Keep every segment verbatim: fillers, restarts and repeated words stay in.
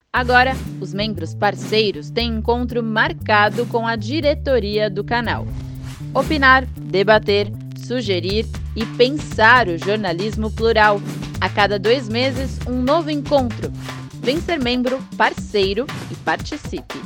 Agora, os membros parceiros têm encontro marcado com a diretoria do canal. Opinar, debater, sugerir e pensar o jornalismo plural. A cada dois meses, um novo encontro. Vem ser membro, parceiro e participe.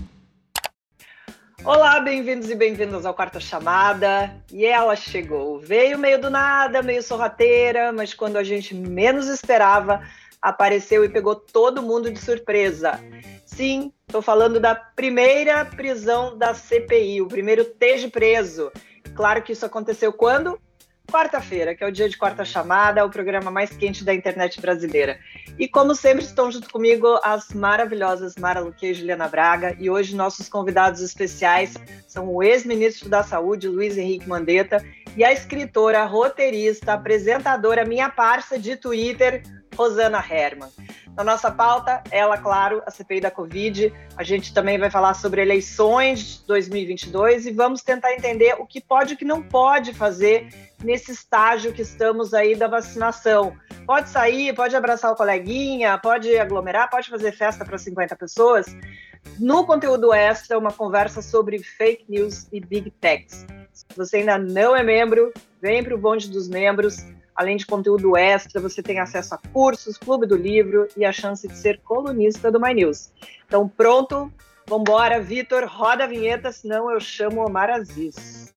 Olá, bem-vindos e bem-vindas ao Quarta Chamada. E ela chegou. Veio meio do nada, meio sorrateira, mas quando a gente menos esperava, apareceu e pegou todo mundo de surpresa. Sim, estou falando da primeira prisão da C P I, o primeiro esteja preso. Claro que isso aconteceu quando? Quarta-feira, que é o dia de Quarta Chamada, o programa mais quente da internet brasileira. E como sempre estão junto comigo as maravilhosas Mara Luque e Juliana Braga, e hoje nossos convidados especiais são o ex-ministro da Saúde, Luiz Henrique Mandetta, e a escritora, roteirista, apresentadora, minha parça de Twitter, Rosana Herman. Na nossa pauta, ela, claro, a C P I da Covid. A gente também vai falar sobre eleições de dois mil e vinte e dois e vamos tentar entender o que pode e o que não pode fazer nesse estágio que estamos aí da vacinação. Pode sair, pode abraçar o coleguinha, pode aglomerar, pode fazer festa para cinquenta pessoas. No conteúdo extra, uma conversa sobre fake news e big techs. Se você ainda não é membro, vem para o bonde dos membros. Além de conteúdo extra, você tem acesso a cursos, clube do livro e a chance de ser colunista do My News. Então pronto? Vambora, Vitor, roda a vinheta, senão eu chamo Omar Aziz.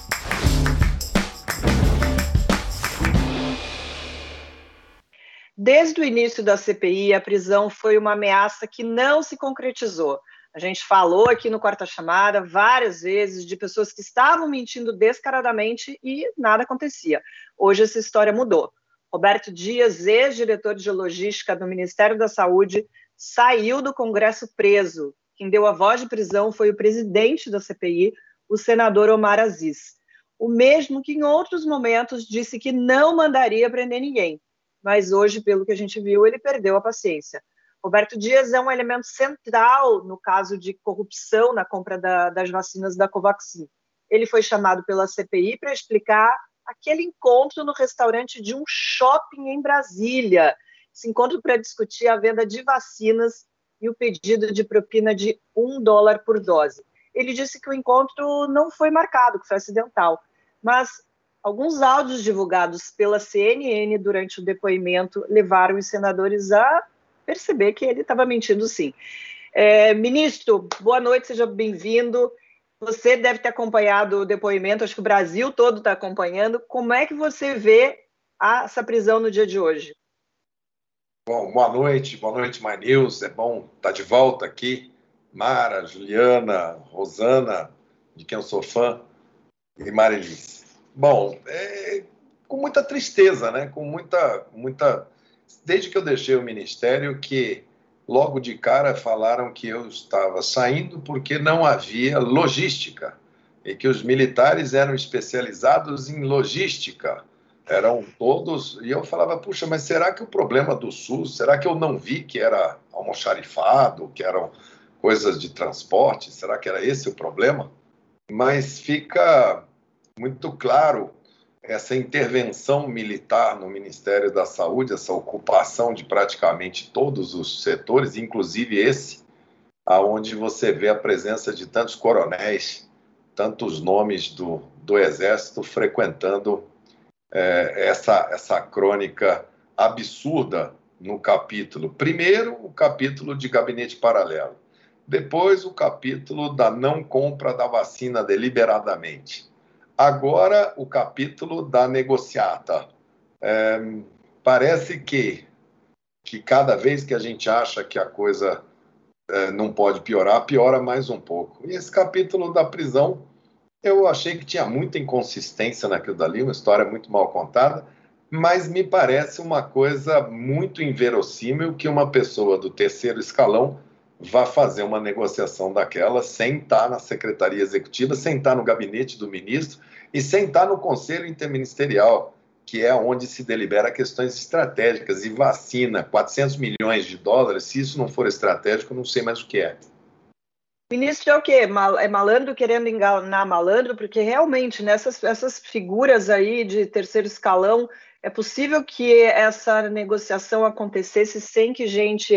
Desde o início da C P I, a prisão foi uma ameaça que não se concretizou. A gente falou aqui no Quarta Chamada várias vezes de pessoas que estavam mentindo descaradamente e nada acontecia. Hoje essa história mudou. Roberto Dias, ex-diretor de logística do Ministério da Saúde, saiu do Congresso preso. Quem deu a voz de prisão foi o presidente da C P I, o senador Omar Aziz. O mesmo que em outros momentos disse que não mandaria prender ninguém. Mas hoje, pelo que a gente viu, ele perdeu a paciência. Roberto Dias é um elemento central no caso de corrupção na compra da, das vacinas da Covaxin. Ele foi chamado pela C P I para explicar aquele encontro no restaurante de um shopping em Brasília. Esse encontro para discutir a venda de vacinas e o pedido de propina de um dólar por dose. Ele disse que o encontro não foi marcado, que foi acidental, mas alguns áudios divulgados pela C N N durante o depoimento levaram os senadores a perceber que ele estava mentindo, sim. É, ministro, boa noite, seja bem-vindo. Você deve ter acompanhado o depoimento, acho que o Brasil todo está acompanhando. Como é que você vê a, essa prisão no dia de hoje? Bom, boa noite, boa noite, My News. É bom estar de volta aqui. Mara, Juliana, Rosana, de quem eu sou fã, e Marilis. Bom, é, com muita tristeza, né? Com muita, muita... Desde que eu deixei o ministério, que logo de cara falaram que eu estava saindo porque não havia logística e que os militares eram especializados em logística. Eram todos... E eu falava, puxa, mas será que o problema do SUS, será que eu não vi que era almoxarifado, que eram coisas de transporte? Será que era esse o problema? Mas fica muito claro essa intervenção militar no Ministério da Saúde, essa ocupação de praticamente todos os setores, inclusive esse, aonde você vê a presença de tantos coronéis, tantos nomes do, do Exército frequentando é, essa, essa crônica absurda no capítulo. Primeiro, o capítulo de gabinete paralelo. Depois, o capítulo da não compra da vacina deliberadamente. Agora, o capítulo da negociata. É, parece que, que cada vez que a gente acha que a coisa é, não pode piorar, piora mais um pouco. E esse capítulo da prisão, eu achei que tinha muita inconsistência naquilo dali, uma história muito mal contada, mas me parece uma coisa muito inverossímil que uma pessoa do terceiro escalão vá fazer uma negociação daquela sem estar na Secretaria Executiva, sem estar no gabinete do ministro e sem estar no Conselho Interministerial, que é onde se delibera questões estratégicas. E vacina, quatrocentos milhões de dólares, se isso não for estratégico, eu não sei mais o que é. Ministro é o quê? É malandro querendo enganar malandro? Porque realmente, nessas essas figuras aí de terceiro escalão, é possível que essa negociação acontecesse sem que gente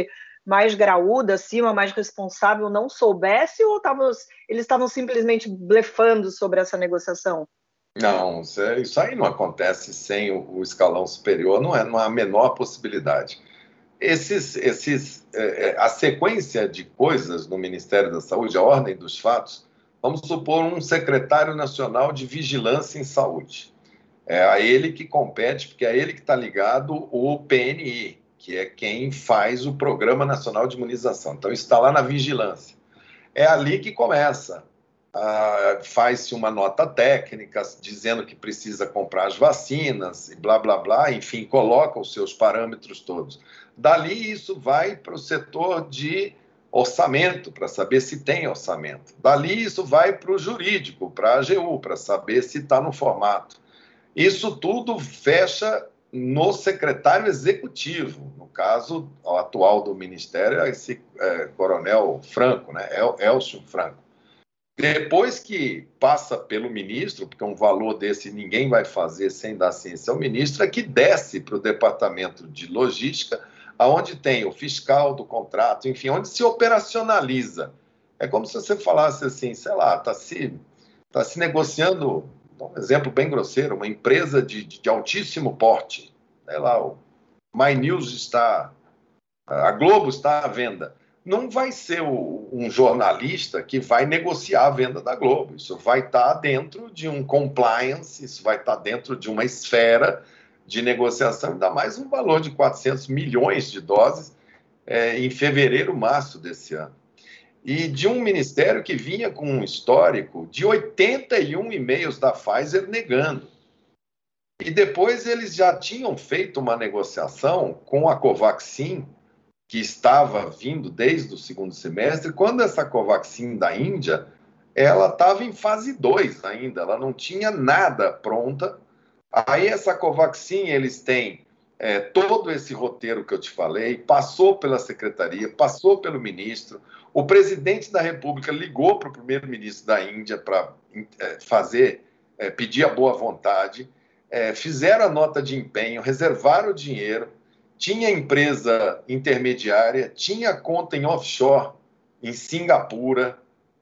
mais graúda, acima, mais responsável, não soubesse ou tavam, eles estavam simplesmente blefando sobre essa negociação? Não, isso aí não acontece sem o escalão superior, não, é, não há a menor possibilidade. Esses, esses, é, a sequência de coisas no Ministério da Saúde, a ordem dos fatos, vamos supor um secretário nacional de vigilância em saúde. É a ele que compete, porque é ele que está ligado o P N I, que é quem faz o Programa Nacional de Imunização. Então, isso está lá na vigilância. É ali que começa. Ah, faz-se uma nota técnica dizendo que precisa comprar as vacinas, e blá, blá, blá, enfim, coloca os seus parâmetros todos. Dali, isso vai para o setor de orçamento, para saber se tem orçamento. Dali, isso vai para o jurídico, para a AGU, para saber se está no formato. Isso tudo fecha no secretário executivo, no caso o atual do Ministério, é esse é, coronel Franco, né? El, Elcio Franco. Depois que passa pelo ministro, porque um valor desse ninguém vai fazer sem dar ciência ao ministro, é que desce para o departamento de logística, onde tem o fiscal do contrato, enfim, onde se operacionaliza. É como se você falasse assim, sei lá, está se, tá se negociando, um exemplo bem grosseiro, uma empresa de, de altíssimo porte, sei lá, o My News está, a Globo está à venda. Não vai ser o, um jornalista que vai negociar a venda da Globo. Isso vai estar dentro de um compliance, isso vai estar dentro de uma esfera de negociação, ainda mais um valor de quatrocentos milhões de doses é, em fevereiro, março desse ano. E de um ministério que vinha com um histórico de oitenta e um e-mails da Pfizer negando. E depois eles já tinham feito uma negociação com a Covaxin, que estava vindo desde o segundo semestre, quando essa Covaxin da Índia, ela estava em fase dois ainda, ela não tinha nada pronta. Aí essa Covaxin, eles têm é, todo esse roteiro que eu te falei, passou pela secretaria, passou pelo ministro, o presidente da República ligou para o primeiro-ministro da Índia para é, fazer, é, pedir a boa vontade, é, fizeram a nota de empenho, reservaram o dinheiro, tinha empresa intermediária, tinha conta em offshore, em Singapura.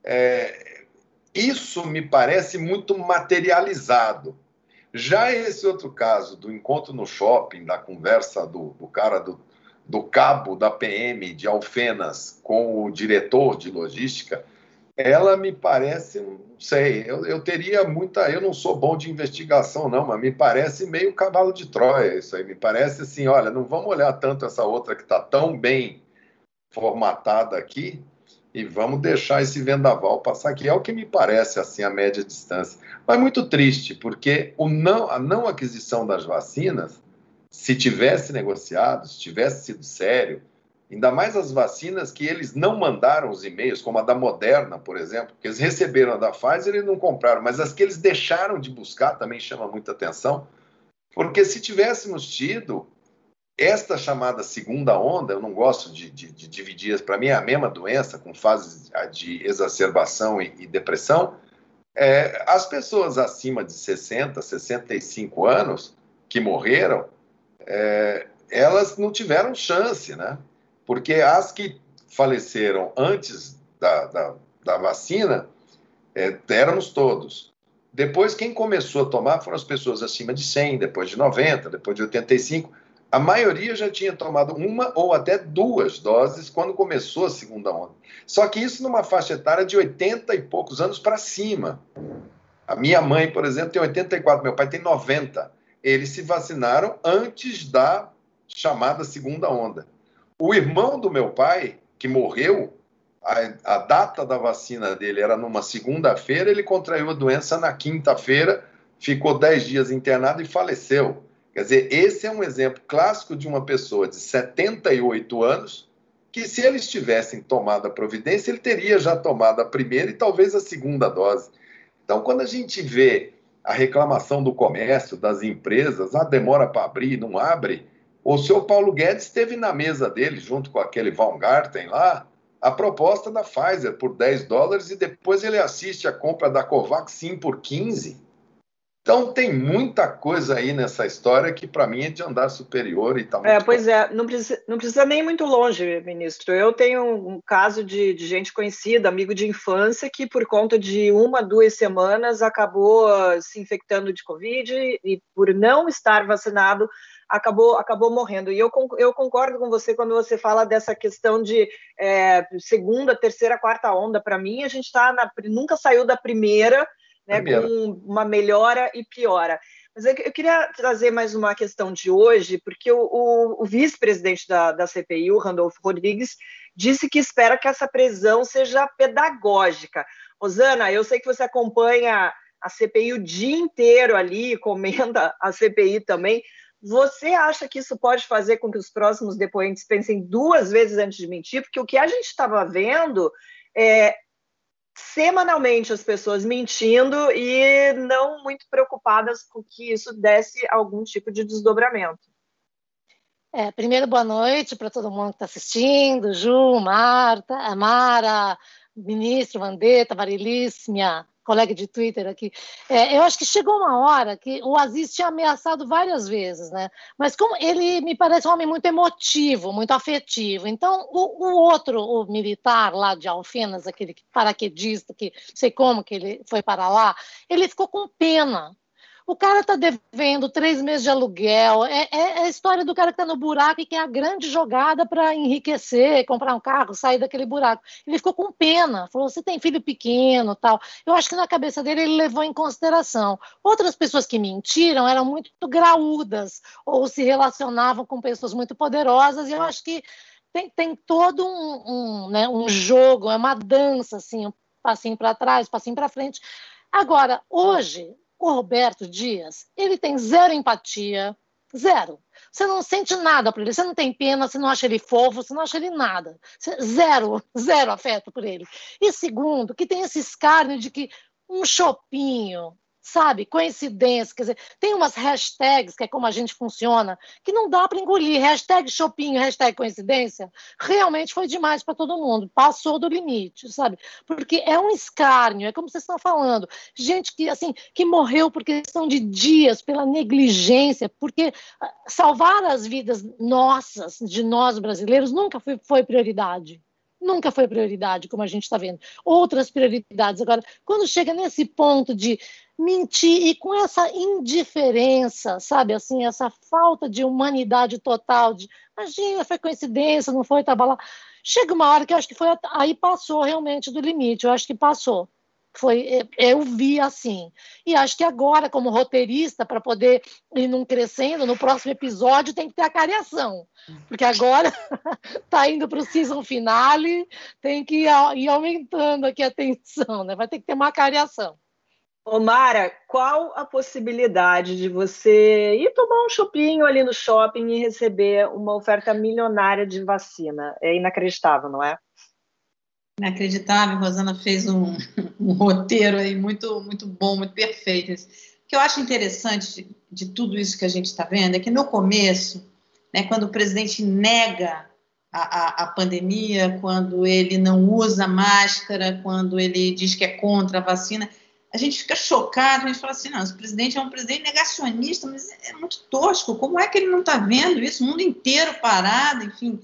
É, isso me parece muito materializado. Já esse outro caso do encontro no shopping, da conversa do, do cara do, do cabo da P M de Alfenas com o diretor de logística, ela me parece, não sei, eu, eu teria muita, eu não sou bom de investigação não, mas me parece meio cavalo de Troia isso aí, me parece assim, olha, não vamos olhar tanto essa outra que está tão bem formatada aqui e vamos deixar esse vendaval passar aqui, é o que me parece assim a média distância, mas muito triste, porque o não, a não aquisição das vacinas, se tivesse negociado, se tivesse sido sério, ainda mais as vacinas que eles não mandaram os e-mails, como a da Moderna, por exemplo, que eles receberam a da Pfizer e não compraram, mas as que eles deixaram de buscar também chamam muita atenção, porque se tivéssemos tido esta chamada segunda onda, eu não gosto de, de, de dividir, para mim é a mesma doença, com fases de exacerbação e, e depressão, é, as pessoas acima de sessenta, sessenta e cinco anos que morreram, é, elas não tiveram chance, né? Porque as que faleceram antes da, da, da vacina, é, éramos todos. Depois, quem começou a tomar foram as pessoas acima de cem, depois de noventa, depois de oitenta e cinco. A maioria já tinha tomado uma ou até duas doses quando começou a segunda onda. Só que isso numa faixa etária de oitenta e poucos anos para cima. A minha mãe, por exemplo, tem oitenta e quatro, meu pai tem noventa. Eles se vacinaram antes da chamada segunda onda. O irmão do meu pai, que morreu, a, a data da vacina dele era numa segunda-feira, ele contraiu a doença na quinta-feira, ficou dez dias internado e faleceu. Quer dizer, esse é um exemplo clássico de uma pessoa de setenta e oito anos, que se eles tivessem tomado a providência, ele teria já tomado a primeira e talvez a segunda dose. Então, quando a gente vê a reclamação do comércio, das empresas, a demora para abrir, não abre, o senhor Paulo Guedes teve na mesa dele, junto com aquele Baumgarten lá, a proposta da Pfizer por dez dólares e depois ele assiste a compra da Covaxin por quinze. Então tem muita coisa aí nessa história que para mim é de andar superior e tal. É, pois é, não precisa, não precisa nem ir muito longe, ministro. Eu tenho um caso de, de gente conhecida, amigo de infância, que por conta de uma, duas semanas acabou se infectando de Covid e por não estar vacinado acabou, acabou morrendo. E eu, eu concordo com você quando você fala dessa questão de é, segunda, terceira, quarta onda. Para mim, a gente tá na, nunca saiu da primeira, né, Primeira. com uma melhora e piora. Mas eu queria trazer mais uma questão de hoje, porque o, o, o vice-presidente da, da C P I, o Randolfo Rodrigues, disse que espera que essa prisão seja pedagógica. Rosana, eu sei que você acompanha a C P I o dia inteiro ali, comenta a C P I também. Você acha que isso pode fazer com que os próximos depoentes pensem duas vezes antes de mentir? Porque o que a gente estava vendo é semanalmente as pessoas mentindo e não muito preocupadas com que isso desse algum tipo de desdobramento. É, primeiro, boa noite para todo mundo que está assistindo, Ju, Marta, Mara, ministro, Mandetta, Marilis, minha colega de Twitter aqui. É, eu acho que chegou uma hora que o Aziz tinha ameaçado várias vezes, né? Mas como ele me parece um homem muito emotivo, muito afetivo, então o, o outro, o militar lá de Alfenas, aquele paraquedista, que não sei como que ele foi para lá, ele ficou com pena. O cara está devendo três meses de aluguel, é, é a história do cara que está no buraco e que é a grande jogada para enriquecer, comprar um carro, sair daquele buraco. Ele ficou com pena, falou, você tem filho pequeno, tal. Eu acho que na cabeça dele ele levou em consideração. Outras pessoas que mentiram eram muito graúdas ou se relacionavam com pessoas muito poderosas, e eu acho que tem, tem todo um, um, né, um jogo, é uma dança, assim, um passinho para trás, um passinho para frente. Agora, hoje, o Roberto Dias, ele tem zero empatia, zero. Você não sente nada por ele, você não tem pena, você não acha ele fofo, você não acha ele nada. Você, zero, zero afeto por ele. E segundo, que tem esse escárnio de que um chopinho, sabe, coincidência, quer dizer, tem umas hashtags, que é como a gente funciona, que não dá para engolir. Hashtag chopinho, hashtag coincidência, realmente foi demais para todo mundo, passou do limite, sabe? Porque é um escárnio, é como vocês estão falando, gente que, assim, que morreu por questão de dias, pela negligência, porque salvar as vidas nossas, de nós brasileiros, nunca foi, foi prioridade. Nunca foi prioridade, como a gente está vendo. Outras prioridades. Agora, quando chega nesse ponto de mentir e com essa indiferença, sabe, assim, essa falta de humanidade total, de, imagina, foi coincidência, não foi trabalhar. Chega uma hora que eu acho que foi, aí passou realmente do limite, eu acho que passou. Foi, eu vi assim. E acho que agora, como roteirista, para poder ir num crescendo, no próximo episódio tem que ter a cariação. Porque agora está indo para o season finale, tem que ir, ir aumentando aqui a tensão, né? Vai ter que ter uma cariação. Ô Mara, qual a possibilidade de você ir tomar um chopinho ali no shopping e receber uma oferta milionária de vacina? É inacreditável, não é? Inacreditável, Rosana fez um, um roteiro aí muito, muito bom, muito perfeito. O que eu acho interessante de, de tudo isso que a gente está vendo é que no começo, né, quando o presidente nega a, a, a pandemia, quando ele não usa máscara, quando ele diz que é contra a vacina, a gente fica chocado, a gente fala assim, não, esse presidente é um presidente negacionista, mas é muito tosco, como é que ele não está vendo isso? O mundo inteiro parado, enfim...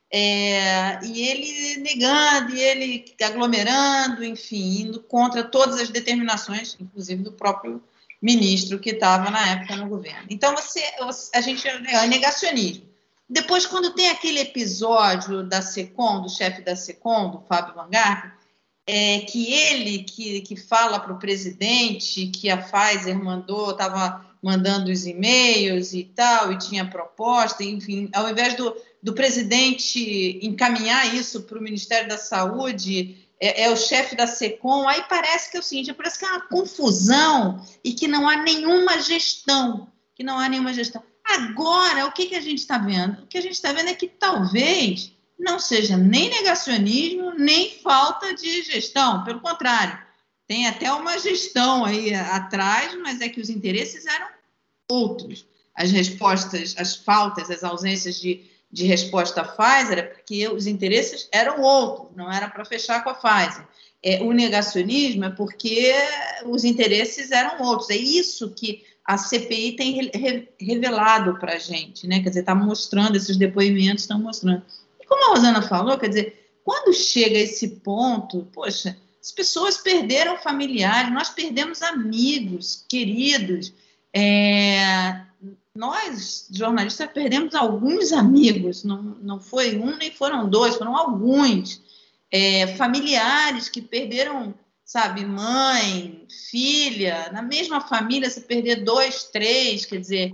É, e ele negando, e ele aglomerando, enfim, indo contra todas as determinações, inclusive do próprio ministro que estava na época no governo. Então, você, a gente é negacionismo. Depois, quando tem aquele episódio da SECOM, do chefe da SECOM, do Fábio Van Garten, é, que ele que, que fala para o presidente que a Pfizer mandou, estava mandando os e-mails e tal, e tinha proposta, enfim, ao invés do do presidente encaminhar isso para o Ministério da Saúde, é, é o chefe da SECOM, aí parece que é o seguinte, parece que é uma confusão e que não há nenhuma gestão, que não há nenhuma gestão. Agora, o que, que a gente está vendo? O que a gente está vendo é que talvez não seja nem negacionismo, nem falta de gestão, pelo contrário, tem até uma gestão aí atrás, mas é que os interesses eram outros. As respostas, as faltas, as ausências de de resposta à Pfizer é porque os interesses eram outros, não era para fechar com a Pfizer. É, o negacionismo é porque os interesses eram outros. É isso que a C P I tem re revelado para a gente, né? Quer dizer, está mostrando, esses depoimentos estão mostrando. E como a Rosana falou, quer dizer, quando chega a esse ponto, poxa, as pessoas perderam familiares, nós perdemos amigos, queridos. É, nós, jornalistas, perdemos alguns amigos, não, não foi um nem foram dois, foram alguns. É, familiares que perderam, sabe, mãe, filha, na mesma família você perder dois, três, quer dizer,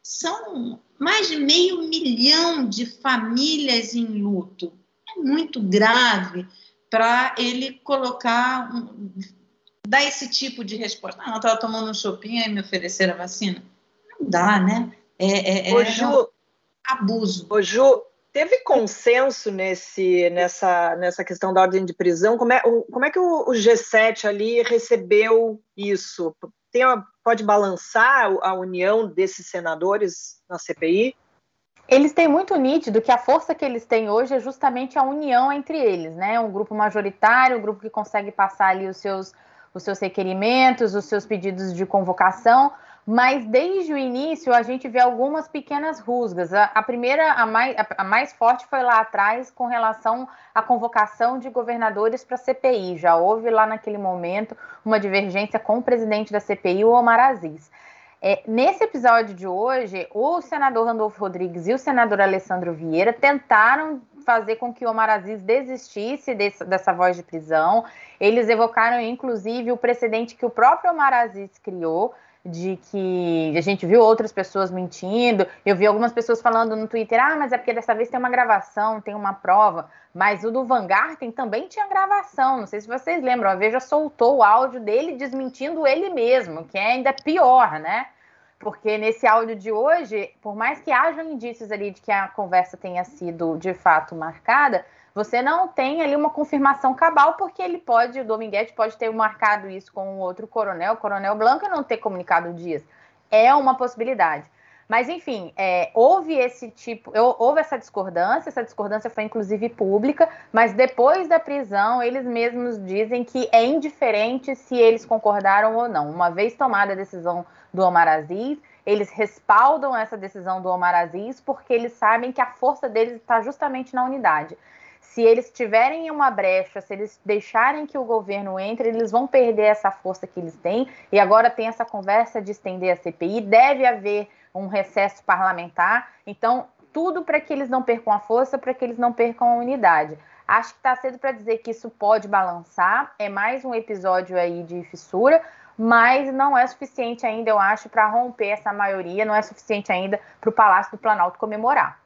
são mais de meio milhão de famílias em luto. É muito grave para ele colocar, um, dar esse tipo de resposta. Não, eu estava tomando um chopinho e me ofereceram a vacina. Não dá, né? É, é, Ô, é Ju, um abuso. Ô, Ju, teve consenso nesse, nessa, nessa questão da ordem de prisão? Como é, como é que o, o G sete ali recebeu isso? Tem, pode balançar a união desses senadores na C P I? Eles têm muito nítido que a força que eles têm hoje é justamente a união entre eles, né? Um grupo majoritário, um grupo que consegue passar ali os seus, os seus requerimentos, os seus pedidos de convocação, mas desde o início a gente vê algumas pequenas rusgas. A, a primeira, a mais, a, a mais forte foi lá atrás com relação à convocação de governadores para a C P I. Já houve lá naquele momento uma divergência com o presidente da C P I, o Omar Aziz. É, nesse episódio de hoje, o senador Randolfo Rodrigues e o senador Alessandro Vieira tentaram fazer com que o Omar Aziz desistisse desse, dessa voz de prisão. Eles evocaram, inclusive, o precedente que o próprio Omar Aziz criou, de que a gente viu outras pessoas mentindo. Eu vi algumas pessoas falando no Twitter, ah, mas é porque dessa vez tem uma gravação, tem uma prova. Mas o do Van Garten também tinha gravação. Não sei se vocês lembram, a Veja soltou o áudio dele desmentindo ele mesmo, que é ainda pior, né? Porque nesse áudio de hoje, por mais que haja indícios ali de que a conversa tenha sido de fato marcada, você não tem ali uma confirmação cabal, porque ele pode, o Dominguete pode ter marcado isso com o outro coronel, o coronel Blanco, e não ter comunicado o Dias. É uma possibilidade. Mas, enfim, é, houve esse tipo, houve essa discordância, essa discordância foi inclusive pública, mas depois da prisão, eles mesmos dizem que é indiferente se eles concordaram ou não. Uma vez tomada a decisão do Omar Aziz, eles respaldam essa decisão do Omar Aziz porque eles sabem que a força deles está justamente na unidade. Se eles tiverem uma brecha, se eles deixarem que o governo entre, eles vão perder essa força que eles têm. E agora tem essa conversa de estender a C P I, deve haver um recesso parlamentar. Então, tudo para que eles não percam a força, para que eles não percam a unidade. Acho que está cedo para dizer que isso pode balançar. É mais um episódio aí de fissura, mas não é suficiente ainda, eu acho, para romper essa maioria. Não é suficiente ainda para o Palácio do Planalto comemorar.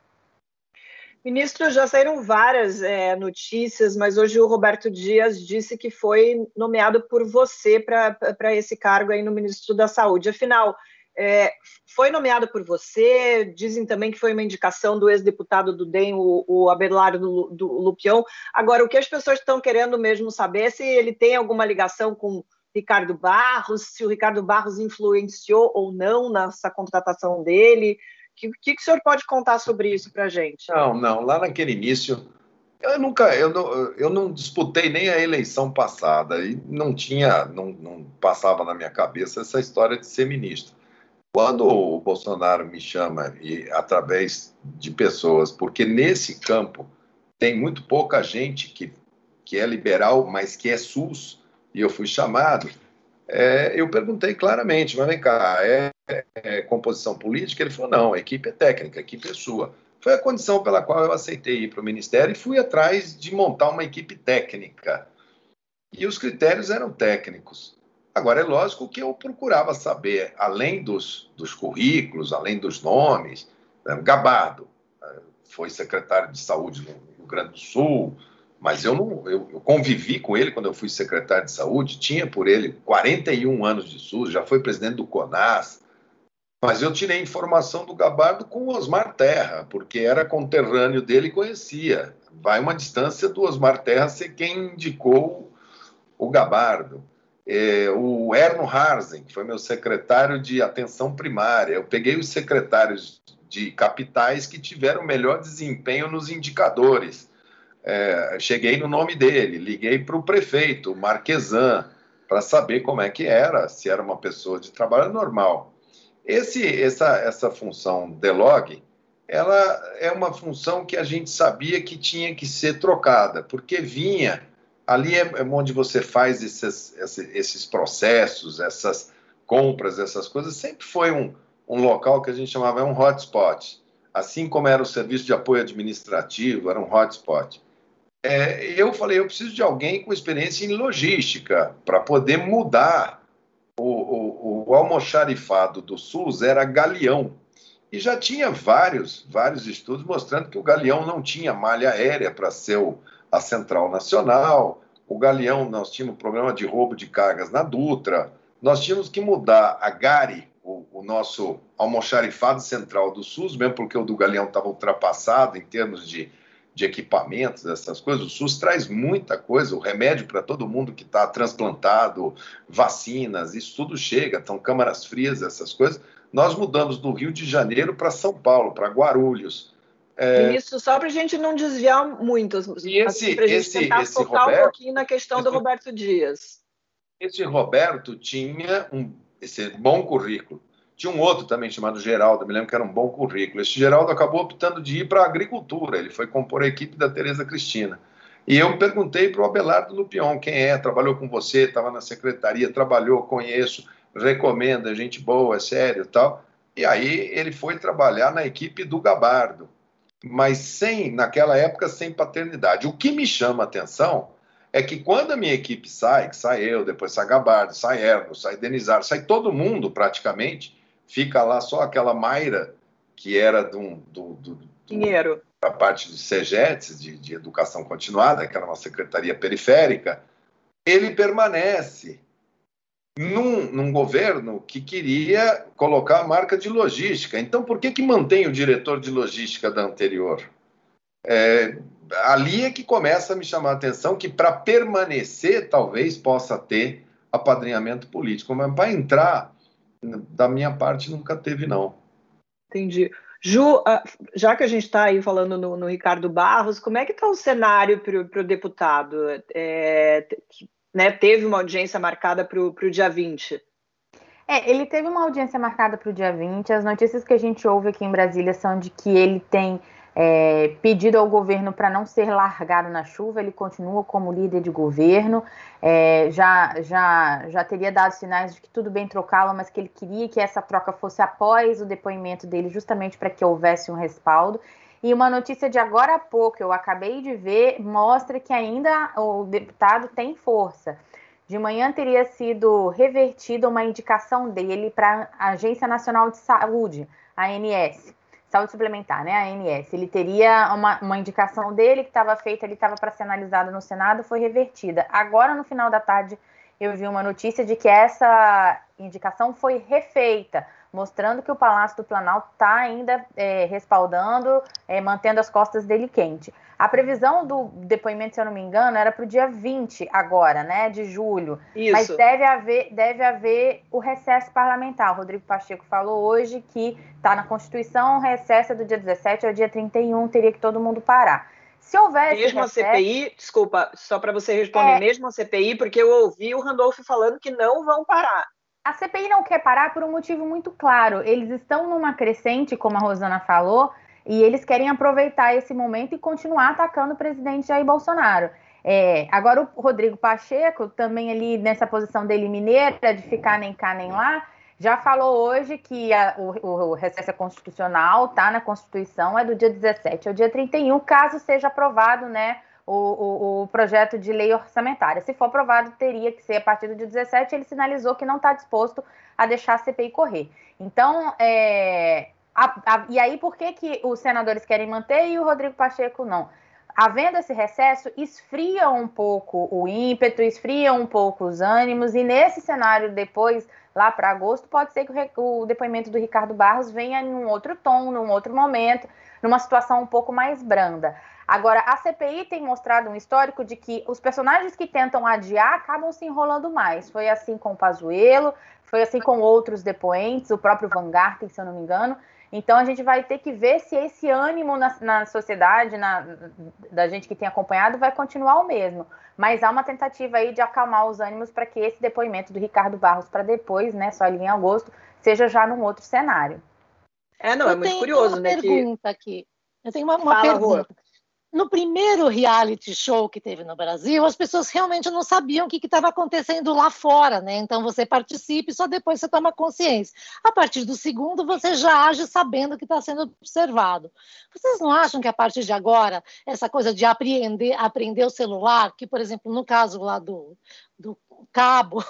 Ministro, já saíram várias é, notícias, mas hoje o Roberto Dias disse que foi nomeado por você para esse cargo aí no Ministério da Saúde. Afinal, é, foi nomeado por você, dizem também que foi uma indicação do ex-deputado do D E M, o, o Abelardo do Lupion. Agora, o que as pessoas estão querendo mesmo saber é se ele tem alguma ligação com Ricardo Barros, se o Ricardo Barros influenciou ou não nessa contratação dele. O que, que, que o senhor pode contar sobre isso para a gente? Não, não. Lá naquele início, eu nunca, eu não, eu não disputei nem a eleição passada e não tinha, não, não passava na minha cabeça essa história de ser ministro. Quando o Bolsonaro me chama e através de pessoas, porque nesse campo tem muito pouca gente que, que é liberal, mas que é SUS, e eu fui chamado. É, eu perguntei claramente, mas vem cá, é, é composição política? Ele falou, não, a equipe é técnica, a equipe é sua. Foi a condição pela qual eu aceitei ir para o Ministério e fui atrás de montar uma equipe técnica. E os critérios eram técnicos. Agora, é lógico que eu procurava saber, além dos, dos currículos, além dos nomes, né, Gabardo foi secretário de saúde no Rio Grande do Sul, mas eu, não, eu, eu convivi com ele quando eu fui secretário de saúde, tinha por ele quarenta e um anos de SUS, já foi presidente do CONAS, mas eu tirei informação do Gabardo com o Osmar Terra, porque era conterrâneo dele e conhecia. Vai uma distância do Osmar Terra ser quem indicou o Gabardo. É, o Erno Harzen, que foi meu secretário de atenção primária, eu peguei os secretários de capitais que tiveram melhor desempenho nos indicadores. É, cheguei no nome dele, liguei para o prefeito, Marquesan, para saber como é que era, se era uma pessoa de trabalho normal. Esse, essa, essa função D log, ela é uma função que a gente sabia que tinha que ser trocada, porque vinha, ali é, é onde você faz esses, esses processos, essas compras, essas coisas, sempre foi um, um local que a gente chamava um hotspot, assim como era o serviço de apoio administrativo, era um hotspot. É, eu falei, eu preciso de alguém com experiência em logística para poder mudar. O, o, o almoxarifado do SUS era galeão, e já tinha vários, vários estudos mostrando que o galeão não tinha malha aérea para ser o, a central nacional. O galeão, nós tínhamos um problema de roubo de cargas na Dutra, nós tínhamos que mudar a Gari, o, o nosso almoxarifado central do SUS, mesmo porque o do galeão estava ultrapassado em termos de de equipamentos, essas coisas. O SUS traz muita coisa, o remédio para todo mundo que está transplantado, vacinas, isso tudo chega, então câmaras frias, essas coisas. Nós mudamos do Rio de Janeiro para São Paulo, para Guarulhos. É... Ministro, só para a gente não desviar muito, e esse, para a gente esse, tentar esse focar Roberto, um pouquinho na questão esse, do Roberto Dias. Esse Roberto tinha um, esse bom currículo. Tinha um outro também chamado Geraldo, me lembro que era um bom currículo. Esse Geraldo acabou optando de ir para a agricultura, ele foi compor a equipe da Tereza Cristina. E eu perguntei para o Abelardo Lupion, quem é, trabalhou com você, estava na secretaria, trabalhou, conheço, recomenda, gente boa, é sério e tal. E aí ele foi trabalhar na equipe do Gabardo, mas sem, naquela época, sem paternidade. O que me chama a atenção é que quando a minha equipe sai, que sai eu, depois sai Gabardo, sai Erno, sai Denizar, sai todo mundo praticamente, fica lá só aquela Mayra, que era do, do, do, Dinheiro. da parte de SEGETS, de, de Educação Continuada, que era uma secretaria periférica, ele permanece num, num governo que queria colocar a marca de logística. Então, por que que mantém o diretor de logística da anterior? É, ali é que começa a me chamar a atenção que, para permanecer, talvez possa ter apadrinhamento político, mas para entrar... Da minha parte, nunca teve, não. Entendi. Ju, já que a gente está aí falando no, no Ricardo Barros, como é que está o cenário para o deputado? É, né, teve uma audiência marcada para o dia vinte. É, ele teve uma audiência marcada para o dia vinte. As notícias que a gente ouve aqui em Brasília são de que ele tem é, pedido ao governo para não ser largado na chuva. Ele continua como líder de governo. É, já, já, já teria dado sinais de que tudo bem trocá-lo, mas que ele queria que essa troca fosse após o depoimento dele, justamente para que houvesse um respaldo. E uma notícia de agora há pouco, eu acabei de ver, mostra que ainda o deputado tem força. De manhã teria sido revertida uma indicação dele para a Agência Nacional de Saúde, a ANS, Saúde Suplementar, né, a ANS. Ele teria uma, uma indicação dele que estava feita, ele estava para ser analisada no Senado, foi revertida. Agora, no final da tarde, eu vi uma notícia de que essa indicação foi refeita, mostrando que o Palácio do Planalto está ainda é, respaldando, é, mantendo as costas dele quente. A previsão do depoimento, se eu não me engano, era para o dia vinte agora, né, de julho. Isso. Mas deve haver, deve haver o recesso parlamentar. O Rodrigo Pacheco falou hoje que está na Constituição, o recesso é do dia dezessete ao dia trinta e um, teria que todo mundo parar. Se houver mesmo recesso, a C P I, desculpa, só para você responder, é, mesmo a C P I, porque eu ouvi o Randolph falando que não vão parar. A C P I não quer parar por um motivo muito claro. Eles estão numa crescente, como a Rosana falou, e eles querem aproveitar esse momento e continuar atacando o presidente Jair Bolsonaro. É, agora o Rodrigo Pacheco, também ali nessa posição dele mineira, de ficar nem cá nem lá, já falou hoje que a, o, o recesso constitucional está na Constituição, é do dia dezessete ao dia trinta e um, caso seja aprovado, né, o, o, o projeto de lei orçamentária. Se for aprovado, teria que ser a partir do dia dezessete, ele sinalizou que não está disposto a deixar a C P I correr. Então, é, a, a, e aí por que, que os senadores querem manter e o Rodrigo Pacheco não? Havendo esse recesso, esfria um pouco o ímpeto, esfria um pouco os ânimos, e nesse cenário depois, lá para agosto, pode ser que o, o depoimento do Ricardo Barros venha num outro tom, num outro momento, numa situação um pouco mais branda. Agora, a C P I tem mostrado um histórico de que os personagens que tentam adiar acabam se enrolando mais. Foi assim com o Pazuello, foi assim com outros depoentes, o próprio Van Garten, se eu não me engano. Então, a gente vai ter que ver se esse ânimo na, na sociedade, na, da gente que tem acompanhado, vai continuar o mesmo. Mas há uma tentativa aí de acalmar os ânimos para que esse depoimento do Ricardo Barros para depois, né, só ali em agosto, seja já num outro cenário. É, não, Eu é muito tenho curioso, uma né? pergunta que... aqui. Eu tenho uma, uma Fala, pergunta. Rô. No primeiro reality show que teve no Brasil, as pessoas realmente não sabiam o que estava acontecendo lá fora, né? Então você participa e só depois você toma consciência. A partir do segundo, você já age sabendo que está sendo observado. Vocês não acham que a partir de agora, essa coisa de apreender, aprender o celular, que, por exemplo, no caso lá do, do Cabo,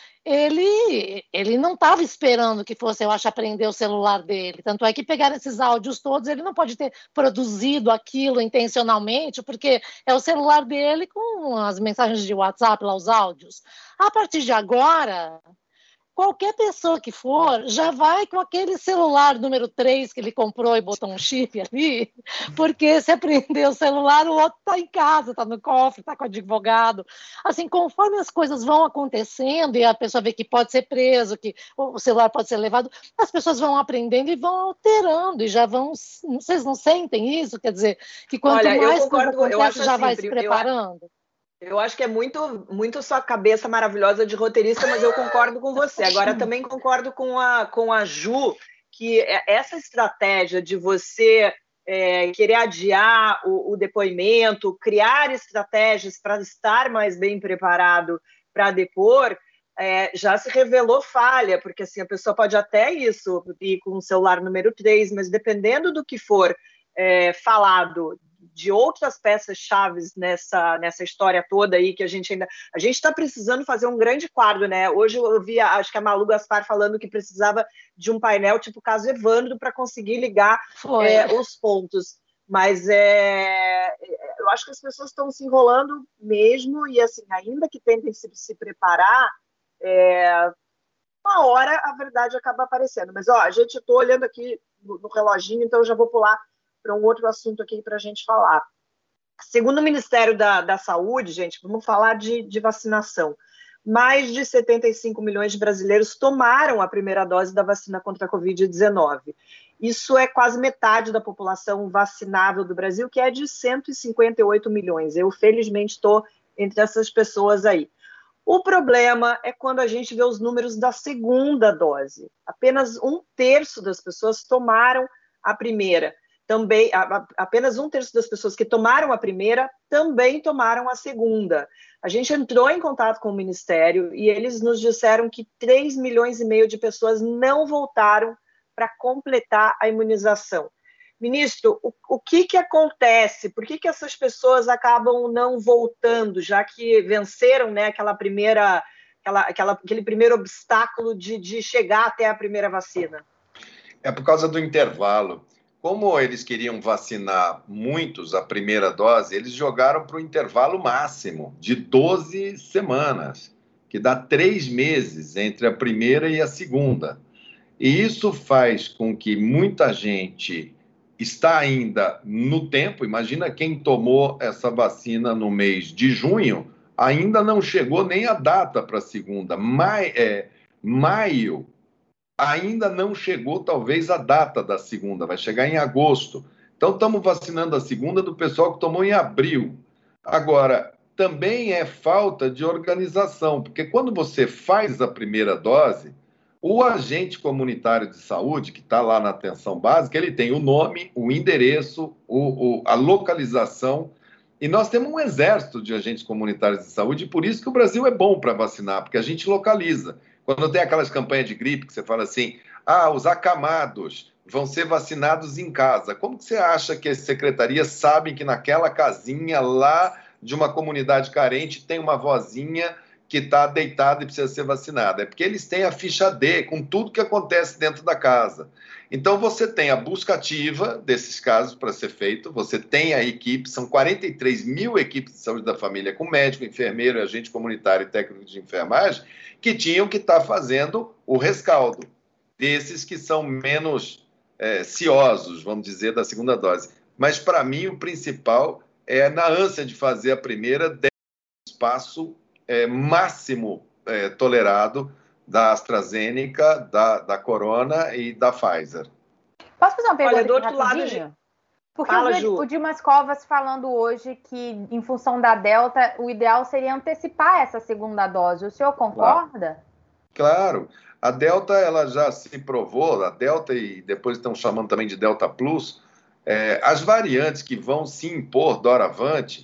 ele, ele não estava esperando que fosse, eu acho, aprender o celular dele. Tanto é que pegaram esses áudios todos, ele não pode ter produzido aquilo intencionalmente, porque é o celular dele com as mensagens de WhatsApp, lá os áudios. A partir de agora, qualquer pessoa que for, já vai com aquele celular número três que ele comprou e botou um chip ali, porque se aprender o celular, o outro está em casa, está no cofre, está com o advogado. Assim, conforme as coisas vão acontecendo e a pessoa vê que pode ser preso, que o celular pode ser levado, as pessoas vão aprendendo e vão alterando, e já vão... Vocês não sentem isso? Quer dizer, que quanto Olha, eu mais concordo, coisa eu acontece, acho já assim, vai se eu- preparando? Eu acho que é muito, muito sua cabeça maravilhosa de roteirista, mas eu concordo com você. Agora, também concordo com a, com a Ju, que essa estratégia de você é, querer adiar o, o depoimento, criar estratégias para estar mais bem preparado para depor, é, já se revelou falha, porque assim, a pessoa pode até isso, ir com o celular número três, mas dependendo do que for é, falado, de outras peças-chave nessa, nessa história toda aí, que a gente ainda... A gente está precisando fazer um grande quadro, né? Hoje eu vi, acho que a Malu Gaspar falando que precisava de um painel tipo caso Evandro para conseguir ligar é, os pontos. Mas é, eu acho que as pessoas estão se enrolando mesmo, e assim, ainda que tentem se, se preparar, é, uma hora a verdade acaba aparecendo. Mas, ó, a gente, estou olhando aqui no, no reloginho, então eu já vou pular para um outro assunto aqui para a gente falar. Segundo o Ministério da, da Saúde, gente, vamos falar de, de vacinação. Mais de setenta e cinco milhões de brasileiros tomaram a primeira dose da vacina contra a covid dezenove. Isso é quase metade da população vacinável do Brasil, que é de cento e cinquenta e oito milhões. Eu, felizmente, estou entre essas pessoas aí. O problema é quando a gente vê os números da segunda dose. Apenas um terço das pessoas tomaram a primeira. Também, apenas um terço das pessoas que tomaram a primeira também tomaram a segunda. A gente entrou em contato com o Ministério e eles nos disseram que três milhões e meio de pessoas não voltaram para completar a imunização. Ministro, o, o que, que acontece? Por que, que essas pessoas acabam não voltando, já que venceram, né, aquela primeira, aquela, aquela, aquele primeiro obstáculo de, de chegar até a primeira vacina? É por causa do intervalo. Como eles queriam vacinar muitos a primeira dose, eles jogaram para o intervalo máximo de doze semanas, que dá três meses entre a primeira e a segunda. E isso faz com que muita gente está ainda no tempo. Imagina quem tomou essa vacina no mês de junho, ainda não chegou nem a data para a segunda. Mai, é, maio ainda não chegou, talvez, a data da segunda, vai chegar em agosto. Então, estamos vacinando a segunda do pessoal que tomou em abril. Agora, também é falta de organização, porque quando você faz a primeira dose, o agente comunitário de saúde, que está lá na atenção básica, ele tem o nome, o endereço, o, o, a localização, e nós temos um exército de agentes comunitários de saúde, e por isso que o Brasil é bom para vacinar, porque a gente localiza. Quando tem aquelas campanhas de gripe que você fala assim, ah, os acamados vão ser vacinados em casa. Como que você acha que as secretarias sabem que naquela casinha lá de uma comunidade carente tem uma vozinha que está deitada e precisa ser vacinada? É porque eles têm a ficha D com tudo que acontece dentro da casa. Então, você tem a busca ativa desses casos para ser feito, você tem a equipe, são quarenta e três mil equipes de saúde da família, com médico, enfermeiro, agente comunitário e técnico de enfermagem, que tinham que estar fazendo o rescaldo desses que são menos é, ciosos, vamos dizer, da segunda dose. Mas, para mim, o principal é, na ânsia de fazer a primeira, der um espaço é, máximo é, tolerado da AstraZeneca, da, da Corona e da Pfizer. Posso fazer uma pergunta Olha, do aqui outro lado rapidinho? de... Porque Fala, eu vi Ju. o Dimas Covas falando hoje que, em função da Delta, o ideal seria antecipar essa segunda dose. O senhor concorda? Claro. A Delta, ela já se provou, a Delta e depois estão chamando também de Delta Plus, é, as variantes que vão se impor doravante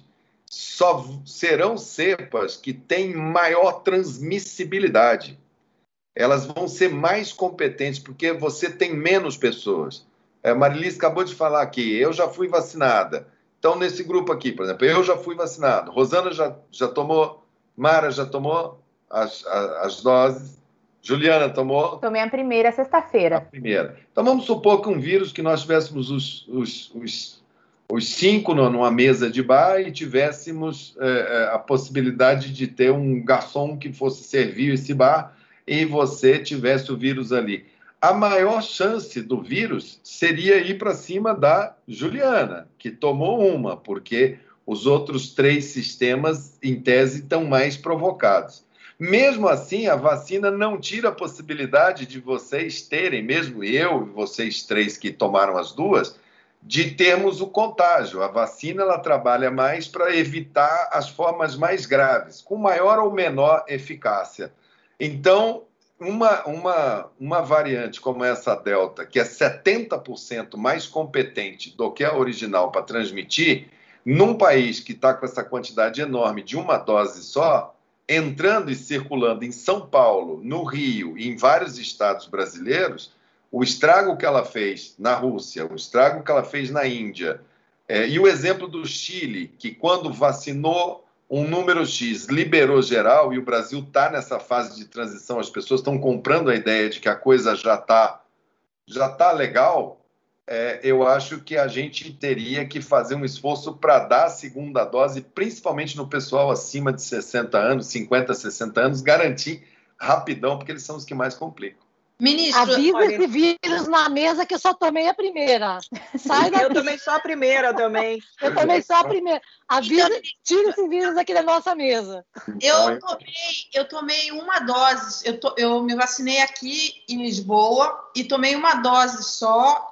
só serão cepas que têm maior transmissibilidade. Elas vão ser mais competentes, porque você tem menos pessoas. A Marilis acabou de falar aqui, eu já fui vacinada. Então, nesse grupo aqui, por exemplo, eu já fui vacinado. Rosana já, já tomou, Mara já tomou as, as, as doses, Juliana tomou? Tomei a primeira sexta-feira. A primeira. Então, vamos supor que um vírus, que nós tivéssemos os, os, os, os cinco numa mesa de bar e tivéssemos é, a possibilidade de ter um garçom que fosse servir esse bar e você tivesse o vírus ali. A maior chance do vírus seria ir para cima da Juliana, que tomou uma, porque os outros três sistemas, em tese, estão mais provocados. Mesmo assim, a vacina não tira a possibilidade de vocês terem, mesmo eu e vocês três que tomaram as duas, de termos o contágio. A vacina ela trabalha mais para evitar as formas mais graves, com maior ou menor eficácia. Então, uma, uma, uma variante como essa Delta, que é setenta por cento mais competente do que a original para transmitir, num país que está com essa quantidade enorme de uma dose só, entrando e circulando em São Paulo, no Rio e em vários estados brasileiros, o estrago que ela fez na Rússia, o estrago que ela fez na Índia, é, e o exemplo do Chile, que quando vacinou um número X, liberou geral, e o Brasil está nessa fase de transição, as pessoas estão comprando a ideia de que a coisa já está já tá legal, é, eu acho que a gente teria que fazer um esforço para dar a segunda dose, principalmente no pessoal acima de sessenta anos, cinquenta, sessenta anos, garantir rapidão, porque eles são os que mais complicam. Ministro, avisa olha... esse vírus na mesa que eu só tomei a primeira. Sai daqui. Eu tomei só a primeira também. Eu tomei só a primeira. Avisa, então, tira esse vírus aqui da nossa mesa. Eu tomei, eu tomei uma dose. Eu, to, eu me vacinei aqui em Lisboa e tomei uma dose só.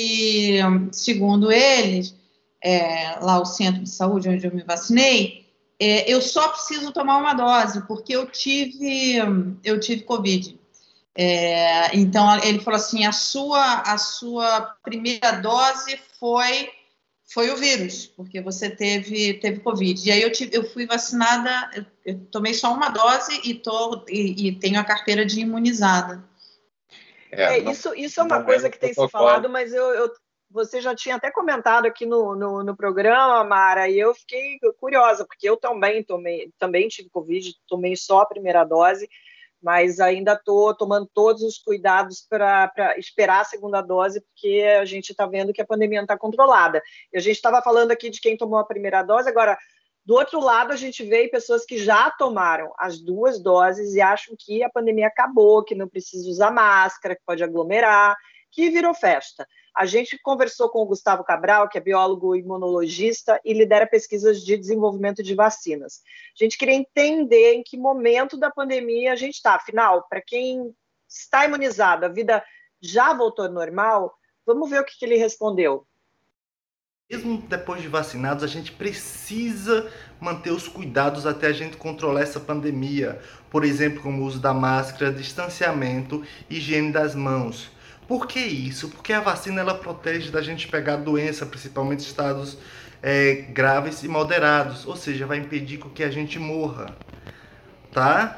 E, segundo eles, é, lá o centro de saúde onde eu me vacinei, é, eu só preciso tomar uma dose, porque eu tive, eu tive Covid. É, então ele falou assim, a sua, a sua primeira dose foi, foi o vírus, porque você teve, teve Covid. E aí eu, tive, eu fui vacinada, eu, eu tomei só uma dose e, tô, e, e tenho a carteira de imunizada. É, não, isso, isso é uma coisa que tem se falado, mas eu, eu, você já tinha até comentado aqui no, no, no programa, Mara, e eu fiquei curiosa, porque eu também tomei, também tive Covid, tomei só a primeira dose, mas ainda estou tomando todos os cuidados para esperar a segunda dose, porque a gente está vendo que a pandemia não está controlada. E a gente estava falando aqui de quem tomou a primeira dose, agora, do outro lado, a gente vê pessoas que já tomaram as duas doses e acham que a pandemia acabou, que não precisa usar máscara, que pode aglomerar, que virou festa. A gente conversou com o Gustavo Cabral, que é biólogo imunologista e lidera pesquisas de desenvolvimento de vacinas. A gente queria entender em que momento da pandemia a gente está. Afinal, para quem está imunizado, a vida já voltou ao normal? Vamos ver o que, que ele respondeu. Mesmo depois de vacinados, a gente precisa manter os cuidados até a gente controlar essa pandemia. Por exemplo, como o uso da máscara, distanciamento, higiene das mãos. Por que isso? Porque a vacina ela protege da gente pegar a doença, principalmente em estados é, graves e moderados, ou seja, vai impedir que a gente morra, tá?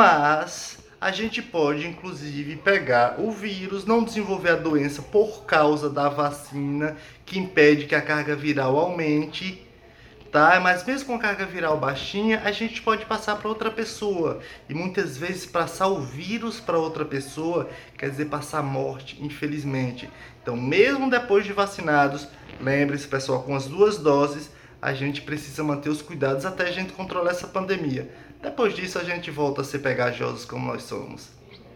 Mas a gente pode, inclusive, pegar o vírus, não desenvolver a doença por causa da vacina, que impede que a carga viral aumente, tá? Mas mesmo com a carga viral baixinha, a gente pode passar para outra pessoa. E muitas vezes passar o vírus para outra pessoa quer dizer passar morte, infelizmente. Então, mesmo depois de vacinados, lembre-se, pessoal, com as duas doses, a gente precisa manter os cuidados até a gente controlar essa pandemia. Depois disso, a gente volta a ser pegajosos como nós somos.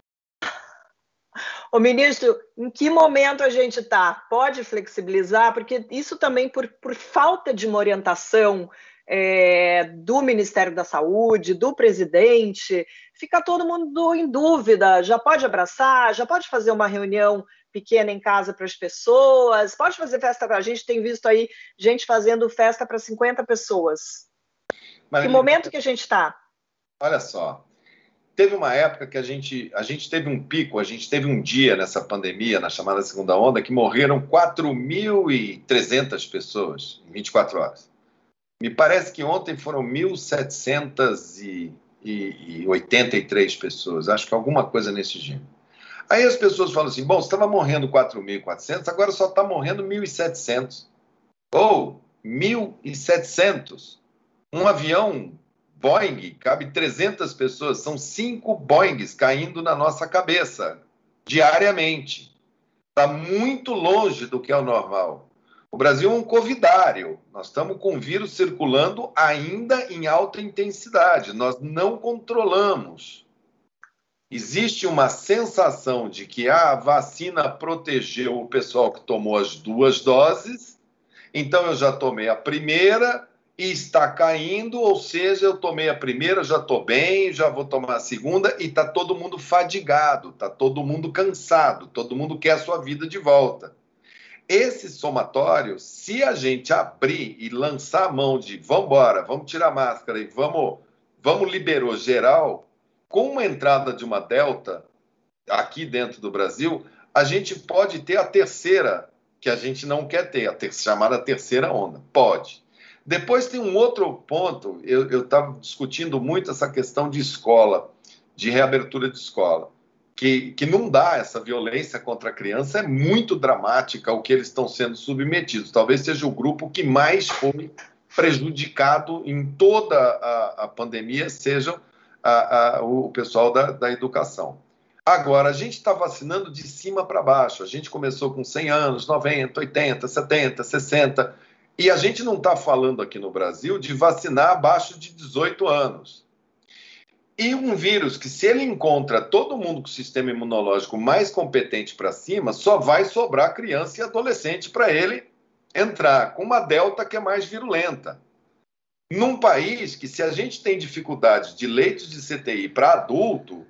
Ô, ministro, em que momento a gente está? Pode flexibilizar? Porque isso também, por, por falta de uma orientação é, do Ministério da Saúde, do presidente, fica todo mundo em dúvida. Já pode abraçar? Já pode fazer uma reunião pequena em casa para as pessoas? Pode fazer festa? A gente tem visto aí gente fazendo festa para cinquenta pessoas. Marília, que momento que a gente está? Olha só, teve uma época que a gente, a gente teve um pico, a gente teve um dia nessa pandemia, na chamada segunda onda, que morreram quatro mil e trezentas pessoas em vinte e quatro horas. Me parece que ontem foram mil setecentas e oitenta e três pessoas, acho que alguma coisa nesse gênero. Aí as pessoas falam assim, bom, você estava morrendo quatro mil e quatrocentos, agora só está morrendo mil e setecentos. Ou mil e setecentos. Um avião Boeing cabe trezentas pessoas, são cinco Boeings caindo na nossa cabeça diariamente. Está muito longe do que é o normal. O Brasil é um covidário, nós estamos com o vírus circulando ainda em alta intensidade, nós não controlamos. Existe uma sensação de que a vacina protegeu o pessoal que tomou as duas doses, então eu já tomei a primeira e está caindo, ou seja, eu tomei a primeira, já estou bem, já vou tomar a segunda e está todo mundo fadigado, está todo mundo cansado, todo mundo quer a sua vida de volta. Esse somatório, se a gente abrir e lançar a mão de vamos embora, vamos tirar a máscara e vamos, vamos liberou geral, com uma entrada de uma delta aqui dentro do Brasil, a gente pode ter a terceira, que a gente não quer ter, a ter, chamada terceira onda. Pode. Depois tem um outro ponto, eu estava discutindo muito essa questão de escola, de reabertura de escola. Que, que não dá essa violência contra a criança, é muito dramática o que eles estão sendo submetidos. Talvez seja o grupo que mais foi prejudicado em toda a, a pandemia, seja a, a, o pessoal da, da educação. Agora, a gente está vacinando de cima para baixo. A gente começou com cem anos, noventa, oitenta, setenta, sessenta, e a gente não está falando aqui no Brasil de vacinar abaixo de dezoito anos. E um vírus que, se ele encontra todo mundo com o sistema imunológico mais competente para cima, só vai sobrar criança e adolescente para ele entrar, com uma delta que é mais virulenta. Num país que, se a gente tem dificuldade de leitos de C T I para adulto,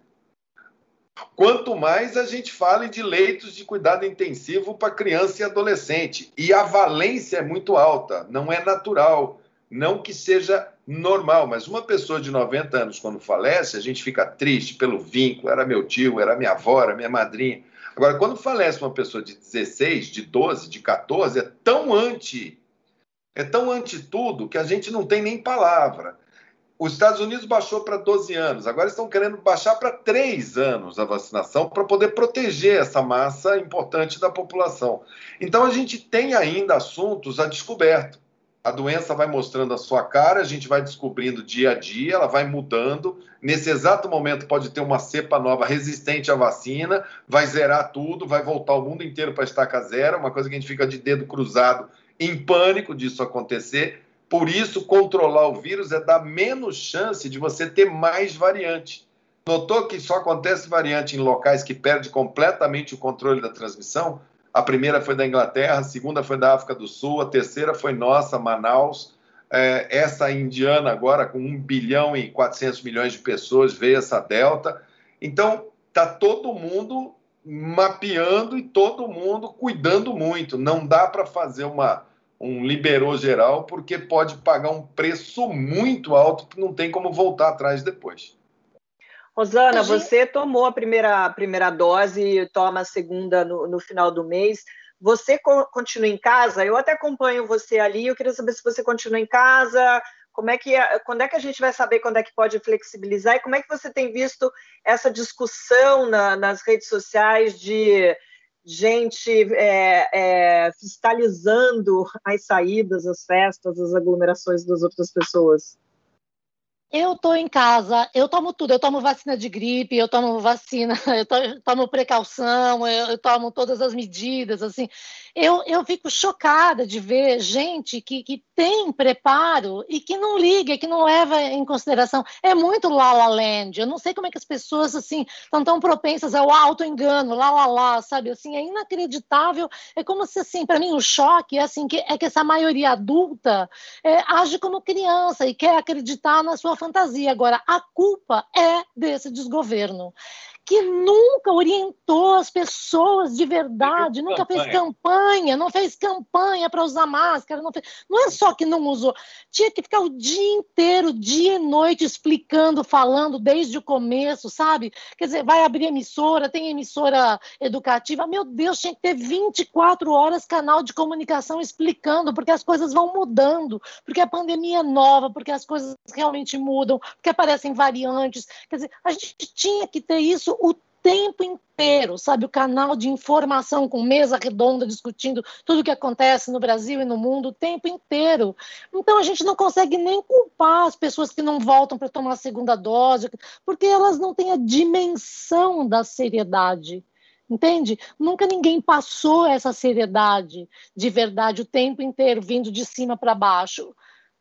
quanto mais a gente fale de leitos de cuidado intensivo para criança e adolescente. E a valência é muito alta, não é natural. Não que seja normal, mas uma pessoa de noventa anos, quando falece, a gente fica triste pelo vínculo, era meu tio, era minha avó, era minha madrinha. Agora, quando falece uma pessoa de dezesseis, de doze, de quatorze, é tão anti, é tão anti tudo que a gente não tem nem palavra. Os Estados Unidos baixou para doze anos, agora estão querendo baixar para três anos a vacinação para poder proteger essa massa importante da população. Então, a gente tem ainda assuntos a descoberto. A doença vai mostrando a sua cara, a gente vai descobrindo dia a dia, ela vai mudando. Nesse exato momento pode ter uma cepa nova resistente à vacina, vai zerar tudo, vai voltar o mundo inteiro para estaca zero, uma coisa que a gente fica de dedo cruzado em pânico disso acontecer. Por isso, controlar o vírus é dar menos chance de você ter mais variante. Notou que só acontece variante em locais que perde completamente o controle da transmissão? A primeira foi da Inglaterra, a segunda foi da África do Sul, a terceira foi nossa, Manaus. É, essa indiana agora, com um bilhão e quatrocentos milhões de pessoas, veio essa delta. Então, está todo mundo mapeando e todo mundo cuidando muito. Não dá para fazer uma, um liberou geral, porque pode pagar um preço muito alto que não tem como voltar atrás depois. Rosana, você tomou a primeira, a primeira dose e toma a segunda no, no final do mês. Você co- continua em casa? Eu até acompanho você ali. Eu queria saber se você continua em casa. Como é que, quando é que a gente vai saber quando é que pode flexibilizar? E como é que você tem visto essa discussão na, nas redes sociais de gente é, é, fiscalizando as saídas, as festas, as aglomerações das outras pessoas? Eu estou em casa, eu tomo tudo, eu tomo vacina de gripe, eu tomo vacina, eu tomo, eu tomo precaução, eu, eu tomo todas as medidas, assim. Eu, eu fico chocada de ver gente que, que tem preparo e que não liga, que não leva em consideração. É muito La La Land, eu não sei como é que as pessoas, assim, estão tão propensas ao auto-engano, lá, lá, lá, sabe? Assim, é inacreditável, é como se, assim, para mim o choque é, assim, que, é que essa maioria adulta é, age como criança e quer acreditar na sua fantasia. Agora, a culpa é desse desgoverno, que nunca orientou as pessoas de verdade, nunca fez campanha, não fez campanha para usar máscara, não, fez, não é só que não usou, tinha que ficar o dia inteiro, dia e noite, explicando, falando desde o começo, sabe? Quer dizer, vai abrir emissora, tem emissora educativa, meu Deus, tinha que ter vinte e quatro horas canal de comunicação explicando, porque as coisas vão mudando, porque a pandemia é nova, porque as coisas realmente mudam, porque aparecem variantes, quer dizer, a gente tinha que ter isso o tempo inteiro, sabe? O canal de informação com mesa redonda discutindo tudo o que acontece no Brasil e no mundo o tempo inteiro. Então a gente não consegue nem culpar as pessoas que não voltam para tomar a segunda dose, porque elas não têm a dimensão da seriedade. Entende? Nunca ninguém passou essa seriedade de verdade o tempo inteiro, vindo de cima para baixo.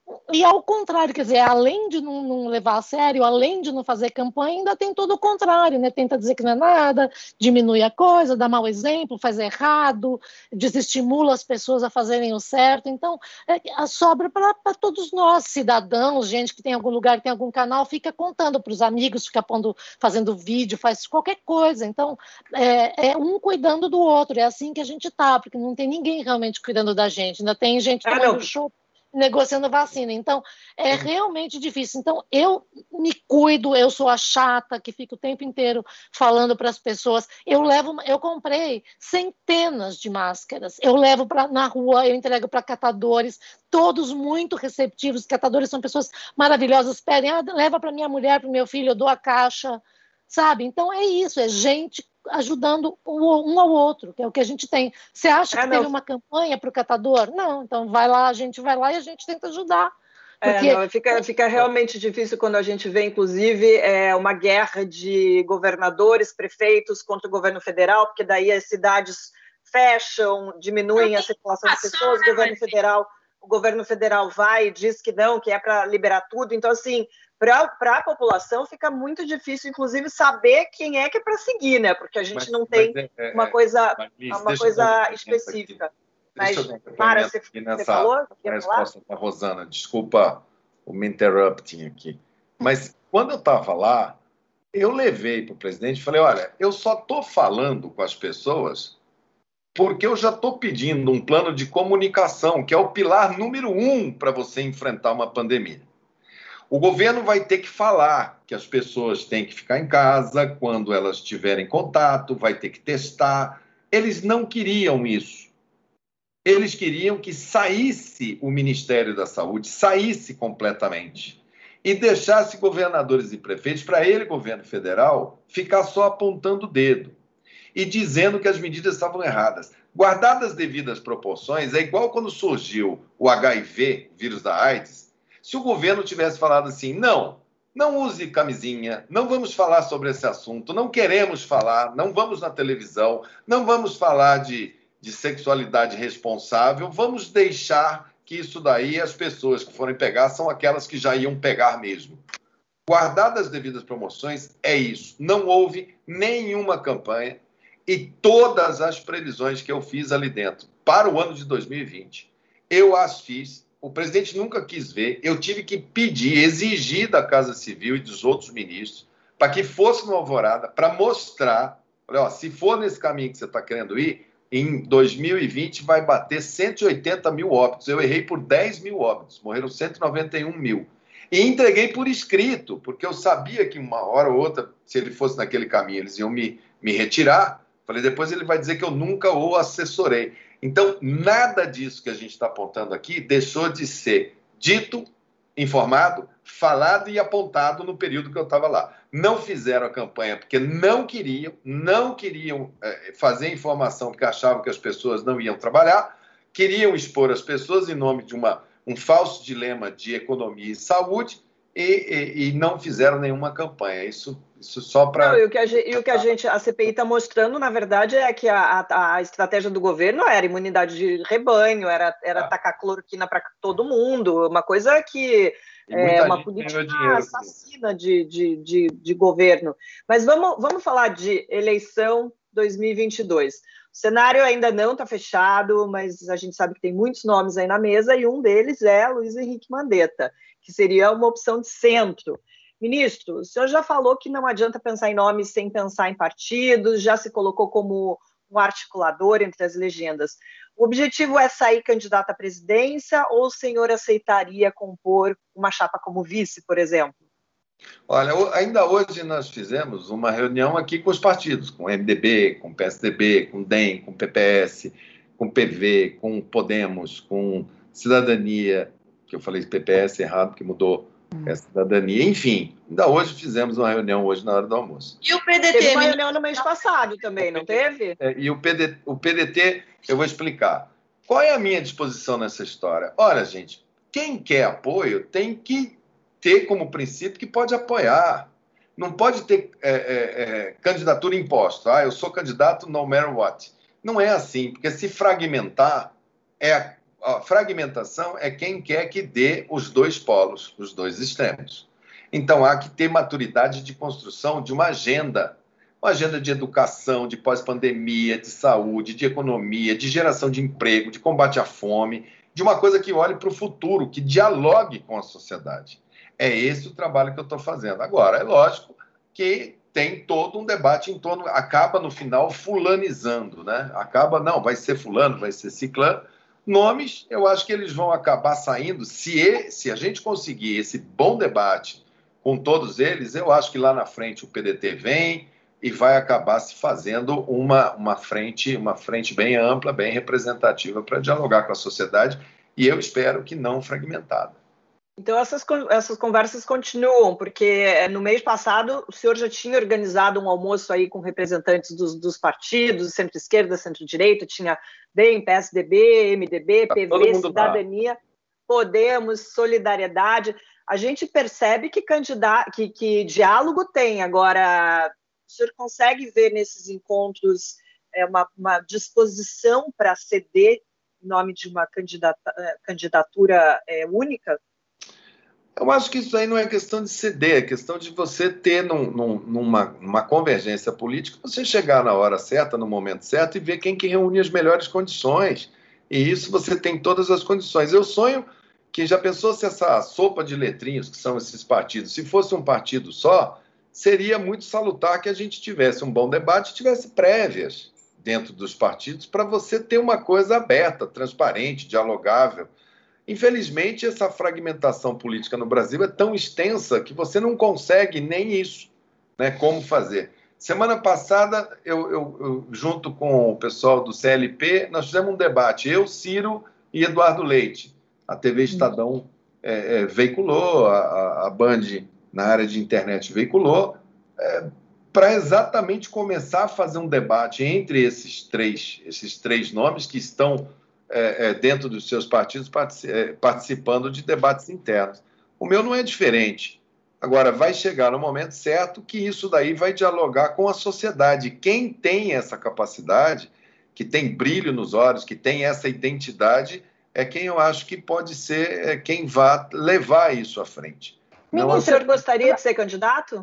E ao contrário, quer dizer, além de não, não levar a sério, além de não fazer campanha, ainda tem todo o contrário, né? Tenta dizer que não é nada, diminui a coisa, dá mau exemplo, faz errado, desestimula as pessoas a fazerem o certo. Então, é, a sobra para todos nós, cidadãos, gente que tem algum lugar, que tem algum canal, fica contando para os amigos, fica pondo, fazendo vídeo, faz qualquer coisa. Então, é, é um cuidando do outro, é assim que a gente tá, porque não tem ninguém realmente cuidando da gente, ainda tem gente ah, tomando não. show, negociando vacina. Então, é realmente difícil. Então, eu me cuido, eu sou a chata que fica o tempo inteiro falando para as pessoas. Eu levo, eu comprei centenas de máscaras. Eu levo pra, na rua, eu entrego para catadores, todos muito receptivos. Catadores são pessoas maravilhosas. Pedem, ah, leva para minha mulher, para o meu filho, eu dou a caixa, sabe? Então, é isso, é gente ajudando um ao outro, que é o que a gente tem. Você acha que ah, teve uma campanha para o catador? Não, então vai lá, a gente vai lá e a gente tenta ajudar. Porque... É, não, fica, fica realmente difícil quando a gente vê, inclusive, é, uma guerra de governadores, prefeitos contra o governo federal, porque daí as cidades fecham, diminuem a circulação de pessoas, o governo federal, o governo federal vai e diz que não, que é para liberar tudo. Então, assim, para a população fica muito difícil, inclusive, saber quem é que é para seguir, né? Porque a gente mas, não tem é, é, uma coisa, mas, uma coisa específica. Mas, Mara, você, nessa, você falou? A resposta da Rosana, desculpa o me interrupting aqui. Mas quando eu estava lá, eu levei para o presidente e falei, olha, eu só estou falando com as pessoas porque eu já estou pedindo um plano de comunicação, que é o pilar número um para você enfrentar uma pandemia. O governo vai ter que falar que as pessoas têm que ficar em casa quando elas tiverem contato, vai ter que testar. Eles não queriam isso. Eles queriam que saísse o Ministério da Saúde, saísse completamente e deixasse governadores e prefeitos, para ele, governo federal, ficar só apontando o dedo e dizendo que as medidas estavam erradas. Guardadas as devidas proporções, é igual quando surgiu o agá i vê, vírus da AIDS. Se o governo tivesse falado assim, não, não use camisinha, não vamos falar sobre esse assunto, não queremos falar, não vamos na televisão, não vamos falar de, de sexualidade responsável, vamos deixar que isso daí, as pessoas que forem pegar, são aquelas que já iam pegar mesmo. Guardadas as devidas proporções, é isso. Não houve nenhuma campanha e todas as previsões que eu fiz ali dentro para o ano de dois mil e vinte, eu as fiz. O presidente nunca quis ver, eu tive que pedir, exigir da Casa Civil e dos outros ministros para que fosse no Alvorada, para mostrar, olha, ó, se for nesse caminho que você está querendo ir, em dois mil e vinte vai bater cento e oitenta mil óbitos. Eu errei por dez mil óbitos, morreram cento e noventa e um mil. E entreguei por escrito, porque eu sabia que uma hora ou outra, se ele fosse naquele caminho, eles iam me, me retirar. Falei, depois ele vai dizer que eu nunca o assessorei. Então, nada disso que a gente está apontando aqui deixou de ser dito, informado, falado e apontado no período que eu estava lá. Não fizeram a campanha porque não queriam, não queriam é, fazer informação porque achavam que as pessoas não iam trabalhar, queriam expor as pessoas em nome de uma, um falso dilema de economia e saúde e, e, e não fizeram nenhuma campanha. Isso Isso só para... E o que a gente, e o que a, gente, a C P I está mostrando, na verdade, é que a, a, a estratégia do governo era imunidade de rebanho, era, era ah. tacar cloroquina para todo mundo, uma coisa que é uma política assassina de, de, de, de governo. Mas vamos, vamos falar de eleição dois mil e vinte e dois. O cenário ainda não está fechado, mas a gente sabe que tem muitos nomes aí na mesa, e um deles é Luiz Henrique Mandetta, que seria uma opção de centro. Ministro, o senhor já falou que não adianta pensar em nomes sem pensar em partidos, já se colocou como um articulador entre as legendas. O objetivo é sair candidato à presidência ou o senhor aceitaria compor uma chapa como vice, por exemplo? Olha, ainda hoje nós fizemos uma reunião aqui com os partidos, com o M D B, com o P S D B, com o D E M, com o P P S, com o P V, com o Podemos, com Cidadania, que eu falei P P S errado, porque mudou é Cidadania. Enfim, ainda hoje fizemos uma reunião hoje na hora do almoço. E o P D T? Teve uma reunião no mês passado também, não teve? É, e o, P D, o P D T, eu vou explicar. Qual é a minha disposição nessa história? Olha, gente, quem quer apoio tem que ter como princípio que pode apoiar. Não pode ter é, é, é, candidatura imposta. Ah, eu sou candidato no matter what. Não é assim, porque se fragmentar, é a, a fragmentação é quem quer que dê os dois polos, os dois extremos. Então, há que ter maturidade de construção de uma agenda, uma agenda de educação, de pós-pandemia, de saúde, de economia, de geração de emprego, de combate à fome, de uma coisa que olhe para o futuro, que dialogue com a sociedade. É esse o trabalho que eu estou fazendo. Agora, é lógico que tem todo um debate em torno, acaba no final fulanizando, né? Acaba, não, vai ser fulano, vai ser ciclano. Nomes, eu acho que eles vão acabar saindo, se, ele, se a gente conseguir esse bom debate com todos eles, eu acho que lá na frente o P D T vem e vai acabar se fazendo uma, uma, frente, uma frente bem ampla, bem representativa para dialogar com a sociedade, e eu espero que não fragmentada. Então, essas, essas conversas continuam, porque no mês passado o senhor já tinha organizado um almoço aí com representantes dos, dos partidos, centro-esquerda, centro-direita, tinha D E M, P S D B, M D B, P V, Cidadania, Podemos, Solidariedade. A gente percebe que, candidato, que, que diálogo tem. Agora, o senhor consegue ver nesses encontros é, uma, uma disposição para ceder em nome de uma candidata, candidatura é, única? Eu acho que isso aí não é questão de ceder, é questão de você ter num, num, numa, numa convergência política, você chegar na hora certa, no momento certo, e ver quem que reúne as melhores condições. E isso você tem todas as condições. Eu sonho que, já pensou se essa sopa de letrinhos que são esses partidos, se fosse um partido só, seria muito salutar que a gente tivesse um bom debate, tivesse prévias dentro dos partidos, para você ter uma coisa aberta, transparente, dialogável. Infelizmente, essa fragmentação política no Brasil é tão extensa que você não consegue nem isso, né? Como fazer. Semana passada, eu, eu, eu, junto com o pessoal do C L P, nós fizemos um debate, eu, Ciro e Eduardo Leite. A T V Estadão é, é, veiculou, a, a Band, na área de internet, veiculou, é, para exatamente começar a fazer um debate entre esses três, esses três nomes que estão É, é, dentro dos seus partidos, participando de debates internos. O meu não é diferente. Agora, vai chegar no momento certo que isso daí vai dialogar com a sociedade. Quem tem essa capacidade, que tem brilho nos olhos, que tem essa identidade, é quem eu acho que pode ser é, quem vai levar isso à frente. Ministro, o senhor gostaria de ser candidato?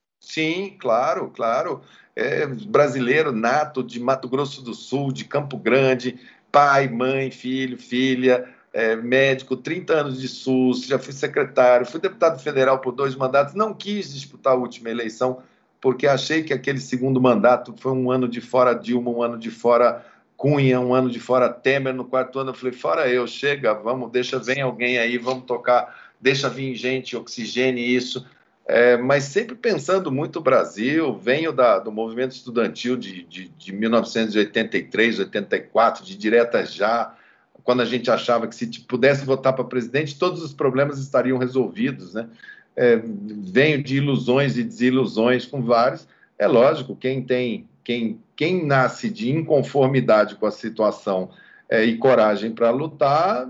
Sim, claro, claro. É, brasileiro nato de Mato Grosso do Sul, de Campo Grande, pai, mãe, filho, filha, é, médico, trinta anos de SUS, já fui secretário, fui deputado federal por dois mandatos, não quis disputar a última eleição, porque achei que aquele segundo mandato foi um ano de fora Dilma, um ano de fora Cunha, um ano de fora Temer, no quarto ano eu falei, fora eu, chega, vamos, deixa, vem alguém aí, vamos tocar, deixa vir gente, oxigene isso, é, mas sempre pensando muito o Brasil, venho da, do movimento estudantil de, de, de mil novecentos e oitenta e três, oitenta e quatro, de direta já, quando a gente achava que se pudesse votar para presidente, todos os problemas estariam resolvidos, né? É, venho de ilusões e desilusões com vários. É lógico, quem tem, quem, quem nasce de inconformidade com a situação é, e coragem para lutar,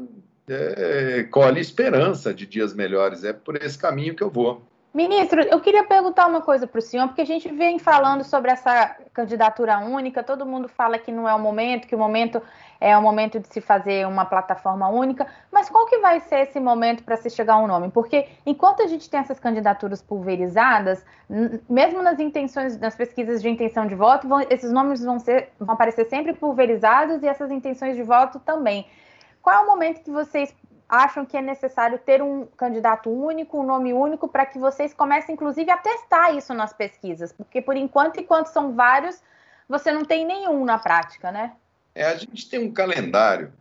é, colhe esperança de dias melhores. É por esse caminho que eu vou. Ministro, eu queria perguntar uma coisa para o senhor, porque a gente vem falando sobre essa candidatura única, todo mundo fala que não é o momento, que o momento é o momento de se fazer uma plataforma única, mas qual que vai ser esse momento para se chegar a um nome? Porque enquanto a gente tem essas candidaturas pulverizadas, mesmo nas intenções, nas pesquisas de intenção de voto, vão, esses nomes vão, ser, vão aparecer sempre pulverizados e essas intenções de voto também. Qual é o momento que vocês acham que é necessário ter um candidato único, um nome único, para que vocês comecem, inclusive, a testar isso nas pesquisas? Porque, por enquanto, enquanto são vários, você não tem nenhum na prática, né? É, a gente tem um calendário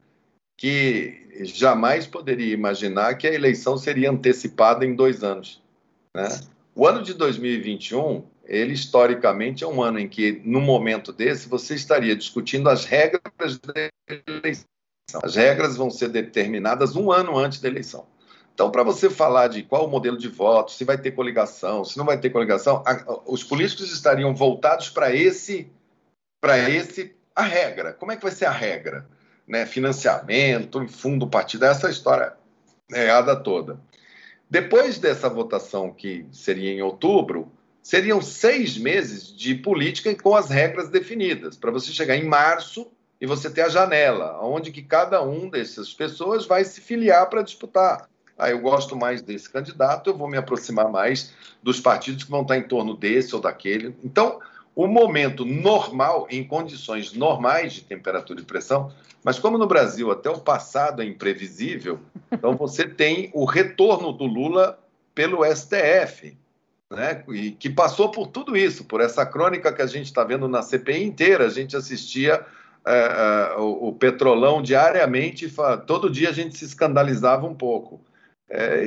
que jamais poderia imaginar que a eleição seria antecipada em dois anos, né? O ano de dois mil e vinte e um, ele historicamente é um ano em que, no momento desse, você estaria discutindo as regras da eleição. As regras vão ser determinadas um ano antes da eleição. Então, para você falar de qual o modelo de voto, se vai ter coligação, se não vai ter coligação, a, a, os políticos estariam voltados para esse, para esse, a regra. Como é que vai ser a regra? Né? Financiamento, fundo partidário, essa história errada toda. Depois dessa votação, que seria em outubro, seriam seis meses de política com as regras definidas, para você chegar em março e você ter a janela, onde que cada um dessas pessoas vai se filiar para disputar. Ah, eu gosto mais desse candidato, eu vou me aproximar mais dos partidos que vão estar em torno desse ou daquele. Então, o momento normal, em condições normais de temperatura e pressão, mas como no Brasil até o passado é imprevisível, então você tem o retorno do Lula pelo S T F, né? E que passou por tudo isso, por essa crônica que a gente está vendo na C P I inteira. A gente assistia é, é, o, o Petrolão diariamente, e todo dia a gente se escandalizava um pouco. É,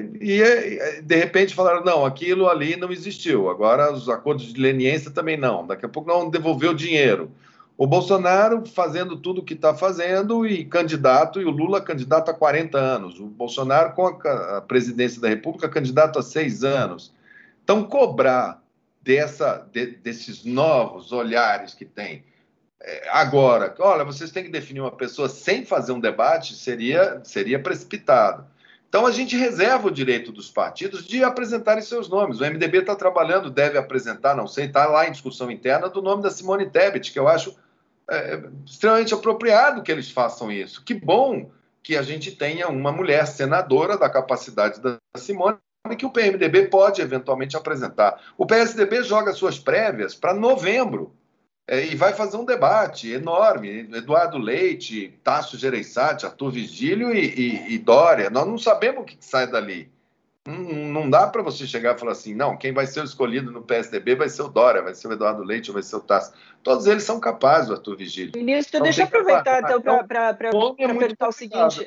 e, de repente, falaram, não, aquilo ali não existiu. Agora, os acordos de leniência também não. Daqui a pouco não devolveu o dinheiro. O Bolsonaro fazendo tudo o que está fazendo e candidato, e o Lula candidato há quarenta anos. O Bolsonaro com a, a presidência da República candidato há seis anos. Então, cobrar dessa, de, desses novos olhares que tem é, agora, olha, vocês têm que definir uma pessoa sem fazer um debate, seria, seria precipitado. Então, a gente reserva o direito dos partidos de apresentarem seus nomes. O M D B está trabalhando, deve apresentar, não sei, está lá em discussão interna do nome da Simone Tebet, que eu acho é, extremamente apropriado que eles façam isso. Que bom que a gente tenha uma mulher senadora da capacidade da Simone, que o P M D B pode eventualmente apresentar. O P S D B joga suas prévias para novembro é, e vai fazer um debate enorme. Eduardo Leite, Tasso Gereissati, Arthur Vigílio e, e, e Dória. Nós não sabemos o que sai dali. Não, não dá para você chegar e falar assim, não, quem vai ser o escolhido no P S D B vai ser o Dória, vai ser o Eduardo Leite, vai ser o Tasso. Todos eles são capazes, o Arthur Vigílio. Ministro, então, deixa eu aproveitar então para perguntar o seguinte.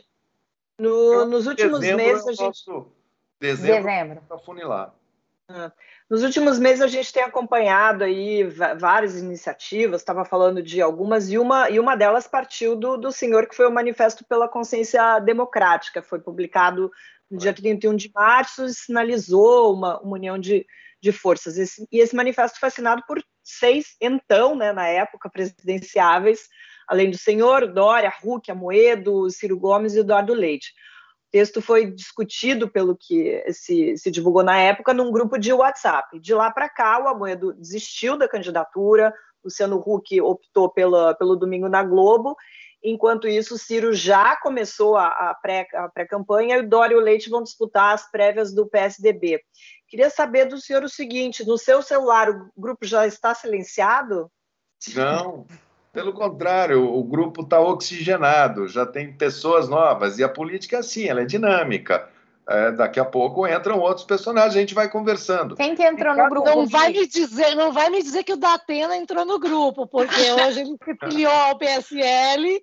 No, nos últimos meses a gente... Dezembro, Dezembro. Para funilar. Ah, nos últimos meses a gente tem acompanhado aí várias iniciativas, estava falando de algumas, e uma, e uma delas partiu do, do senhor que foi o Manifesto pela Consciência Democrática, foi publicado no dia trinta e um de março e sinalizou uma, uma união de, de forças. Esse, e esse manifesto foi assinado por seis, então, né, na época, presidenciáveis, além do senhor, Dória, Huck, Amoedo, Ciro Gomes e Eduardo Leite. O texto foi discutido, pelo que se, se divulgou na época, num grupo de WhatsApp. De lá para cá, o Amoedo desistiu da candidatura, o Luciano Huck optou pela, pelo Domingo na Globo. Enquanto isso, o Ciro já começou a, a, pré, a pré-campanha e o Dória e o Leite vão disputar as prévias do P S D B. Queria saber do senhor o seguinte, no seu celular o grupo já está silenciado? Não. Pelo contrário, o grupo está oxigenado, já tem pessoas novas, e a política é assim, ela é dinâmica. É, daqui a pouco entram outros personagens, a gente vai conversando. Quem que entrou no grupo? Não vai me dizer, não vai me dizer que o Datena entrou no grupo, porque hoje ele se filiou ao P S L,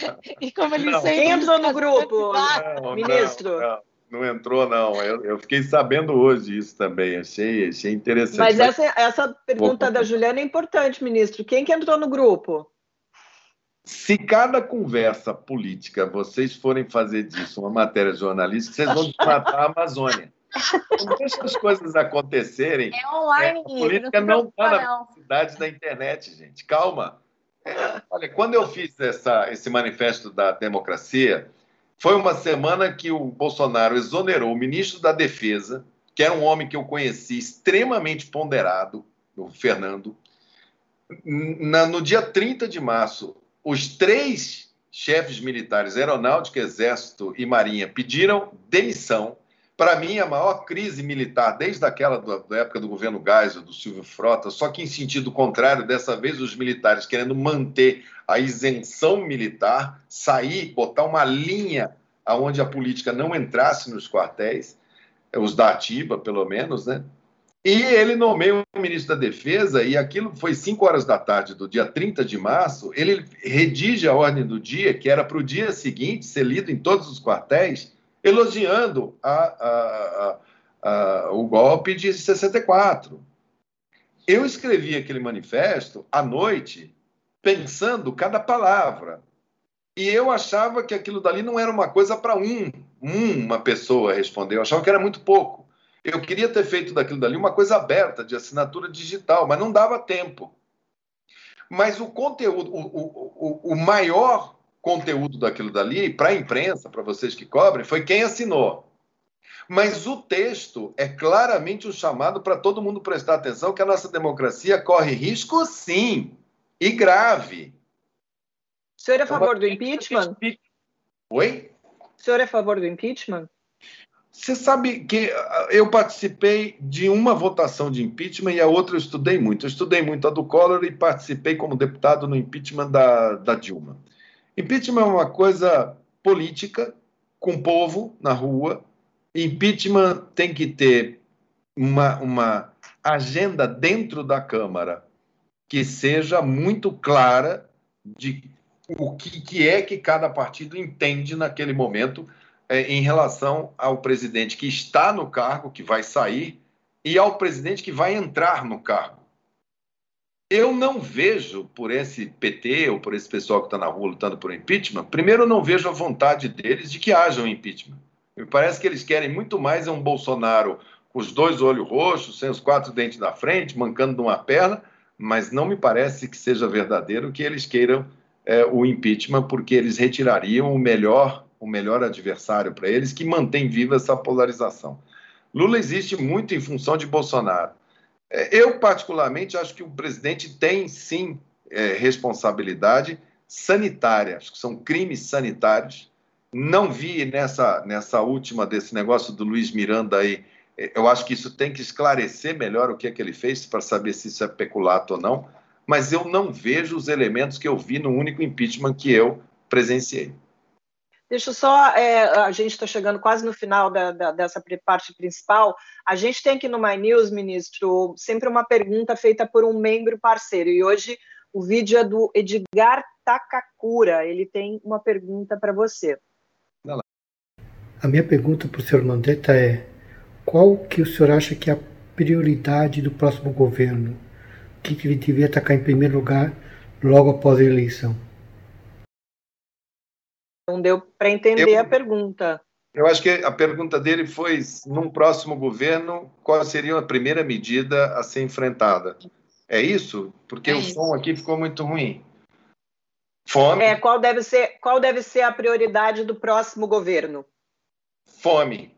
e como ele não, sempre... Quem entrou no grupo, não, ministro? Não, não, não entrou, não. Eu, eu fiquei sabendo hoje isso também, achei, achei interessante. Mas essa, essa pergunta da Juliana é importante, ministro. Quem que entrou no grupo? Se cada conversa política vocês forem fazer disso uma matéria jornalística, vocês vão matar a Amazônia. Então, deixa as coisas acontecerem. É online, é, a política não está na velocidade da internet, gente. Calma. É, olha, quando eu fiz essa, esse manifesto da democracia, foi uma semana que o Bolsonaro exonerou o ministro da Defesa, que era um homem que eu conheci, extremamente ponderado, o Fernando. Na, no dia trinta de março, os três chefes militares, Aeronáutica, Exército e Marinha, pediram demissão. Para mim, a maior crise militar, desde aquela do, da época do governo Geisel, do Silvio Frota, só que em sentido contrário, dessa vez os militares querendo manter a isenção militar, sair, botar uma linha onde a política não entrasse nos quartéis, os da ativa, pelo menos, né? E ele nomeia o ministro da Defesa, e aquilo foi cinco horas da tarde do dia trinta de março, ele redige a ordem do dia, que era para o dia seguinte ser lido em todos os quartéis, elogiando a, a, a, a, o golpe de sessenta e quatro. Eu escrevi aquele manifesto à noite, pensando cada palavra, e eu achava que aquilo dali não era uma coisa para um, uma pessoa responder, eu achava que era muito pouco. Eu queria ter feito daquilo dali uma coisa aberta, de assinatura digital, mas não dava tempo. Mas o conteúdo, o, o, o maior conteúdo daquilo dali, para a imprensa, para vocês que cobrem, foi quem assinou. Mas o texto é claramente um chamado para todo mundo prestar atenção que a nossa democracia corre risco, sim, e grave. O senhor é a favor do impeachment? Oi? O senhor é a favor do impeachment? Você sabe que eu participei de uma votação de impeachment e a outra eu estudei muito. Eu estudei muito a do Collor e participei como deputado no impeachment da, da Dilma. Impeachment é uma coisa política, com povo na rua. Impeachment tem que ter uma, uma agenda dentro da Câmara que seja muito clara de o que, que é que cada partido entende naquele momento é, em relação ao presidente que está no cargo, que vai sair, e ao presidente que vai entrar no cargo. Eu não vejo por esse P T ou por esse pessoal que está na rua lutando por impeachment, primeiro eu não vejo a vontade deles de que haja um impeachment. Me parece que eles querem muito mais é um Bolsonaro com os dois olhos roxos, sem os quatro dentes na frente, mancando de uma perna, mas não me parece que seja verdadeiro que eles queiram é, o impeachment, porque eles retirariam o melhor, o melhor adversário para eles, que mantém viva essa polarização. Lula existe muito em função de Bolsonaro. É, eu, particularmente, acho que o presidente tem, sim, é, responsabilidade sanitária, acho que são crimes sanitários. Não vi nessa, nessa última desse negócio do Luiz Miranda aí, eu acho que isso tem que esclarecer melhor o que é que ele fez para saber se isso é peculato ou não, mas eu não vejo os elementos que eu vi no único impeachment que eu presenciei. Deixa eu só, é, a gente está chegando quase no final da, da, dessa parte principal, a gente tem aqui no My News, ministro, sempre uma pergunta feita por um membro parceiro, e hoje o vídeo é do Edgar Takakura, ele tem uma pergunta para você. A minha pergunta para o senhor Mandetta é: qual que o senhor acha que é a prioridade do próximo governo? O que ele devia atacar em primeiro lugar logo após a eleição? Não deu para entender eu, a pergunta. Eu acho que a pergunta dele foi, num próximo governo, qual seria a primeira medida a ser enfrentada? É isso? Porque é o isso. Som aqui ficou muito ruim. Fome. É, qual deve ser, qual deve ser a prioridade do próximo governo? Fome.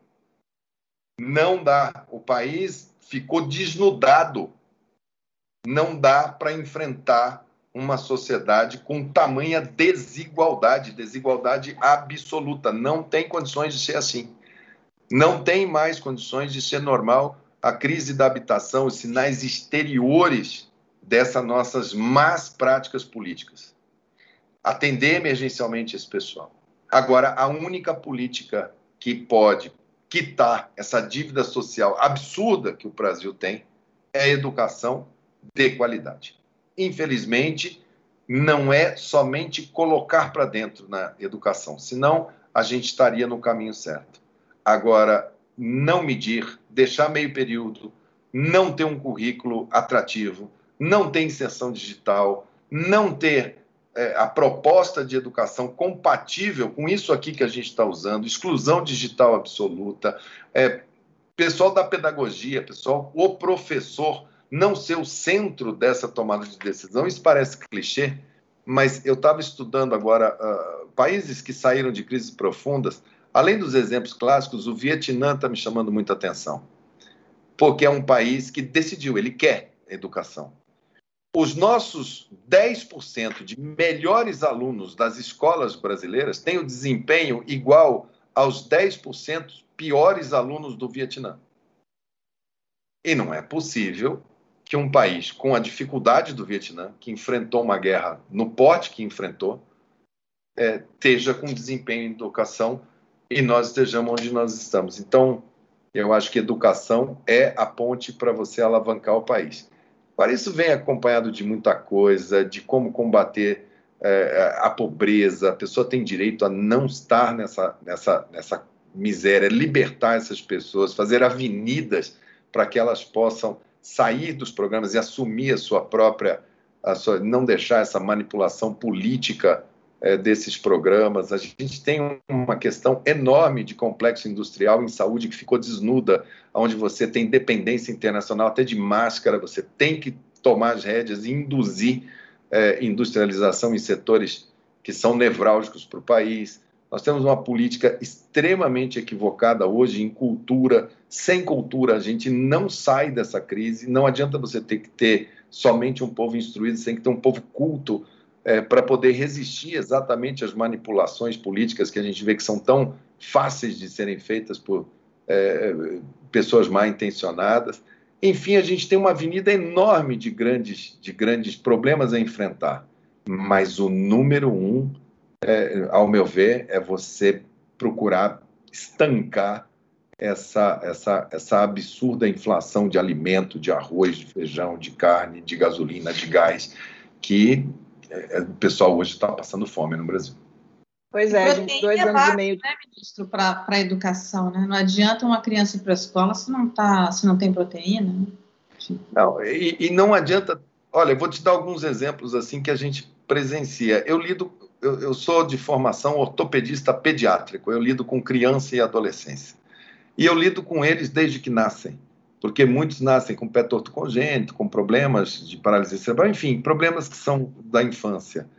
Não dá. O país ficou desnudado. Não dá para enfrentar uma sociedade com tamanha desigualdade, desigualdade absoluta. Não tem condições de ser assim. Não tem mais condições de ser normal a crise da habitação, os sinais exteriores dessas nossas más práticas políticas. Atender emergencialmente esse pessoal. Agora, a única política que pode quitar essa dívida social absurda que o Brasil tem é a educação de qualidade. Infelizmente, não é somente colocar para dentro na educação, senão a gente estaria no caminho certo. Agora, não medir, deixar meio período, não ter um currículo atrativo, não ter inserção digital, não ter é, a proposta de educação compatível com isso aqui que a gente está usando, exclusão digital absoluta, é, pessoal da pedagogia, pessoal, o professor não ser o centro dessa tomada de decisão, isso parece clichê, mas eu estava estudando agora uh, países que saíram de crises profundas. Além dos exemplos clássicos, o Vietnã está me chamando muita atenção, porque é um país que decidiu, ele quer educação. Os nossos dez por cento de melhores alunos das escolas brasileiras têm o desempenho igual aos dez por cento piores alunos do Vietnã. E não é possível que um país com a dificuldade do Vietnã, que enfrentou uma guerra no porte que enfrentou, é, esteja com desempenho em educação e nós estejamos onde nós estamos. Então, eu acho que educação é a ponte para você alavancar o país. Agora, isso vem acompanhado de muita coisa, de como combater é, a pobreza. A pessoa tem direito a não estar nessa, nessa, nessa miséria, libertar essas pessoas, fazer avenidas para que elas possam sair dos programas e assumir a sua própria, a sua, não deixar essa manipulação política é, desses programas. A gente tem uma questão enorme de complexo industrial em saúde que ficou desnuda, onde você tem dependência internacional até de máscara, você tem que tomar as rédeas e induzir é, industrialização em setores que são nevrálgicos para o país. Nós temos uma política extremamente equivocada hoje em cultura. Sem cultura, a gente não sai dessa crise. Não adianta você ter que ter somente um povo instruído, você tem que ter um povo culto é, para poder resistir exatamente às manipulações políticas que a gente vê que são tão fáceis de serem feitas por é, pessoas mal intencionadas. Enfim, a gente tem uma avenida enorme de grandes, de grandes problemas a enfrentar. Mas o número um, É, ao meu ver, é você procurar estancar essa, essa, essa absurda inflação de alimento, de arroz, de feijão, de carne, de gasolina, de gás, que é, o pessoal hoje está passando fome no Brasil. Pois é, gente, dois anos e meio. Né, ministro, para a educação, né? Não adianta uma criança ir para a escola se não, tá, se não tem proteína. Né? Não, e, e não adianta... Olha, eu vou te dar alguns exemplos assim que a gente presencia. Eu lido... Eu, eu sou de formação ortopedista pediátrico, eu lido com criança e adolescência. E eu lido com eles desde que nascem, porque muitos nascem com pé torto congênito, com problemas de paralisia cerebral, enfim, problemas que são da infância.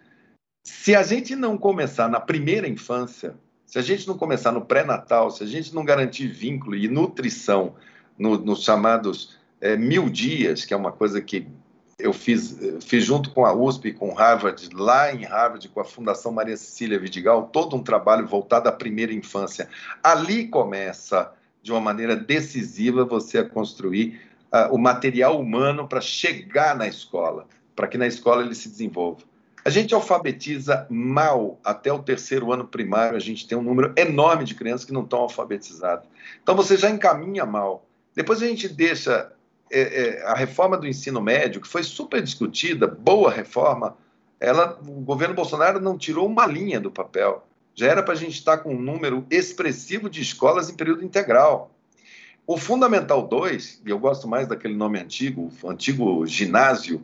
Se a gente não começar na primeira infância, se a gente não começar no pré-natal, se a gente não garantir vínculo e nutrição no, nos chamados é, mil dias, que é uma coisa que eu fiz, fiz junto com a U S P, com Harvard, lá em Harvard, com a Fundação Maria Cecília Vidigal, todo um trabalho voltado à primeira infância. Ali começa, de uma maneira decisiva, você a construir uh, o material humano para chegar na escola, para que na escola ele se desenvolva. A gente alfabetiza mal até o terceiro ano primário, a gente tem um número enorme de crianças que não estão alfabetizadas. Então, você já encaminha mal. Depois a gente deixa... É, é, a reforma do ensino médio, que foi super discutida, boa reforma, ela, o governo Bolsonaro não tirou uma linha do papel. Já era para a gente estar com um número expressivo de escolas em período integral. O Fundamental dois, e eu gosto mais daquele nome antigo, o antigo ginásio,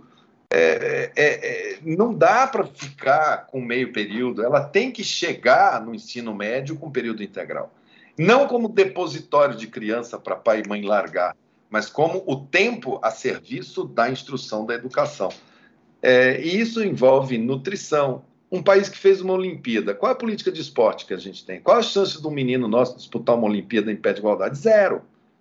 é, é, é, não dá para ficar com meio período, ela tem que chegar no ensino médio com período integral. Não como depositório de criança para pai e mãe largar, mas como o tempo a serviço da instrução da educação. É, e isso envolve nutrição. Um país que fez uma Olimpíada, qual é a política de esporte que a gente tem? Qual a chance de um menino nosso disputar uma Olimpíada em pé de igualdade? Zero.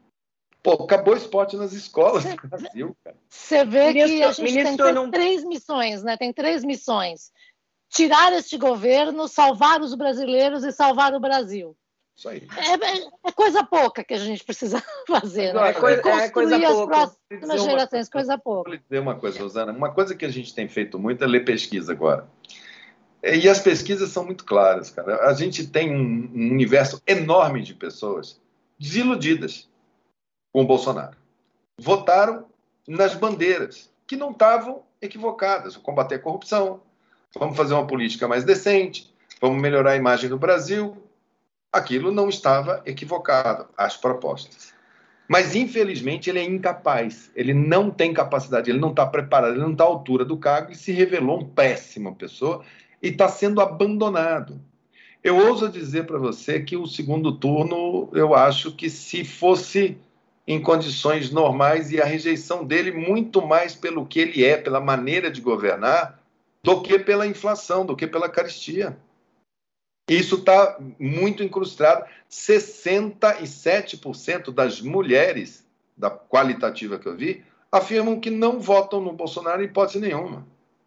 Pô, acabou o esporte nas escolas do Brasil, cara. Você vê Ministro, que a gente ministro, tem não... três missões, né? Tem três missões. Tirar este governo, salvar os brasileiros e salvar o Brasil. Isso aí. É, é coisa pouca que a gente precisa fazer, né? É coisa, é coisa Construir as pouca. próximas gerações, coisa pouca. Vou lhe dizer uma coisa, Rosana. Uma coisa que a gente tem feito muito é ler pesquisa agora. E as pesquisas são muito claras, cara. A gente tem um, um universo enorme de pessoas desiludidas com o Bolsonaro. Votaram nas bandeiras, que não estavam equivocadas. Combater a corrupção, vamos fazer uma política mais decente, vamos melhorar a imagem do Brasil. Aquilo não estava equivocado, as propostas. Mas, infelizmente, ele é incapaz, ele não tem capacidade, ele não está preparado, ele não está à altura do cargo e se revelou uma péssima pessoa e está sendo abandonado. Eu ouso dizer para você que o segundo turno, eu acho que se fosse em condições normais e a rejeição dele muito mais pelo que ele é, pela maneira de governar, do que pela inflação, do que pela carestia. Isso está muito incrustado. sessenta e sete por cento das mulheres, da qualitativa que eu vi, afirmam que não votam no Bolsonaro em hipótese nenhuma.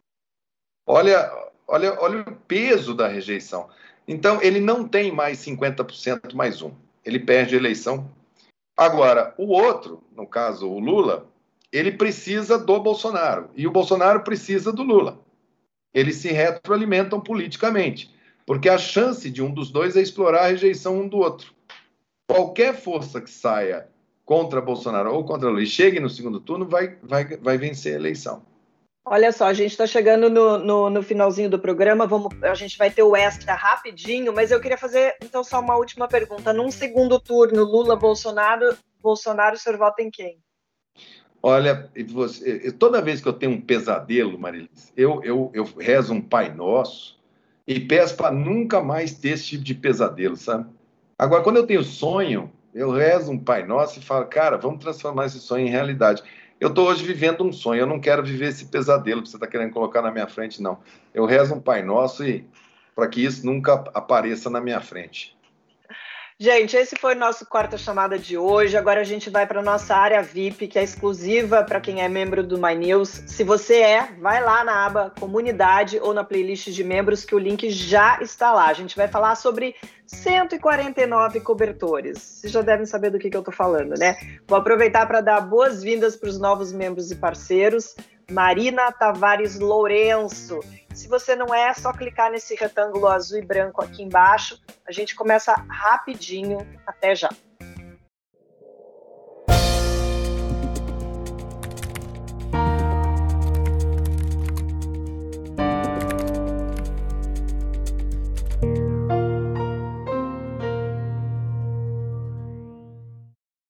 Olha, olha, olha o peso da rejeição. Então, ele não tem mais cinquenta por cento mais um. Ele perde a eleição. Agora, o outro, no caso o Lula, ele precisa do Bolsonaro. E o Bolsonaro precisa do Lula. Eles se retroalimentam politicamente. porque a chance de um dos dois é explorar a rejeição um do outro. Qualquer força que saia contra Bolsonaro ou contra Lula e chegue no segundo turno vai, vai, vai vencer a eleição. Olha só, a gente está chegando no, no, no finalzinho do programa, vamos, a gente vai ter o extra rapidinho, mas eu queria fazer então só uma última pergunta. Num segundo turno, Lula, Bolsonaro, Bolsonaro, o senhor vota em quem? Olha, você, toda vez que eu tenho um pesadelo, Marilis, eu, eu, eu rezo um Pai Nosso e peço para nunca mais ter esse tipo de pesadelo, sabe? Agora, quando eu tenho sonho, eu rezo um Pai Nosso e falo, cara, vamos transformar esse sonho em realidade. Eu estou hoje vivendo um sonho, eu não quero viver esse pesadelo que você está querendo colocar na minha frente, não. Eu rezo um Pai Nosso e para que isso nunca apareça na minha frente. Gente, esse foi o nosso Quarta Chamada de hoje. Agora a gente vai para a nossa área V I P, que é exclusiva para quem é membro do My News. Se você é, vai lá na aba Comunidade ou na playlist de membros, que o link já está lá. A gente vai falar sobre cento e quarenta e nove cobertores. Vocês já devem saber do que, que eu estou falando, né? Vou aproveitar para dar boas-vindas para os novos membros e parceiros. Marina Tavares Lourenço. Se você não é, é só clicar nesse retângulo azul e branco aqui embaixo. A gente começa rapidinho. Até já.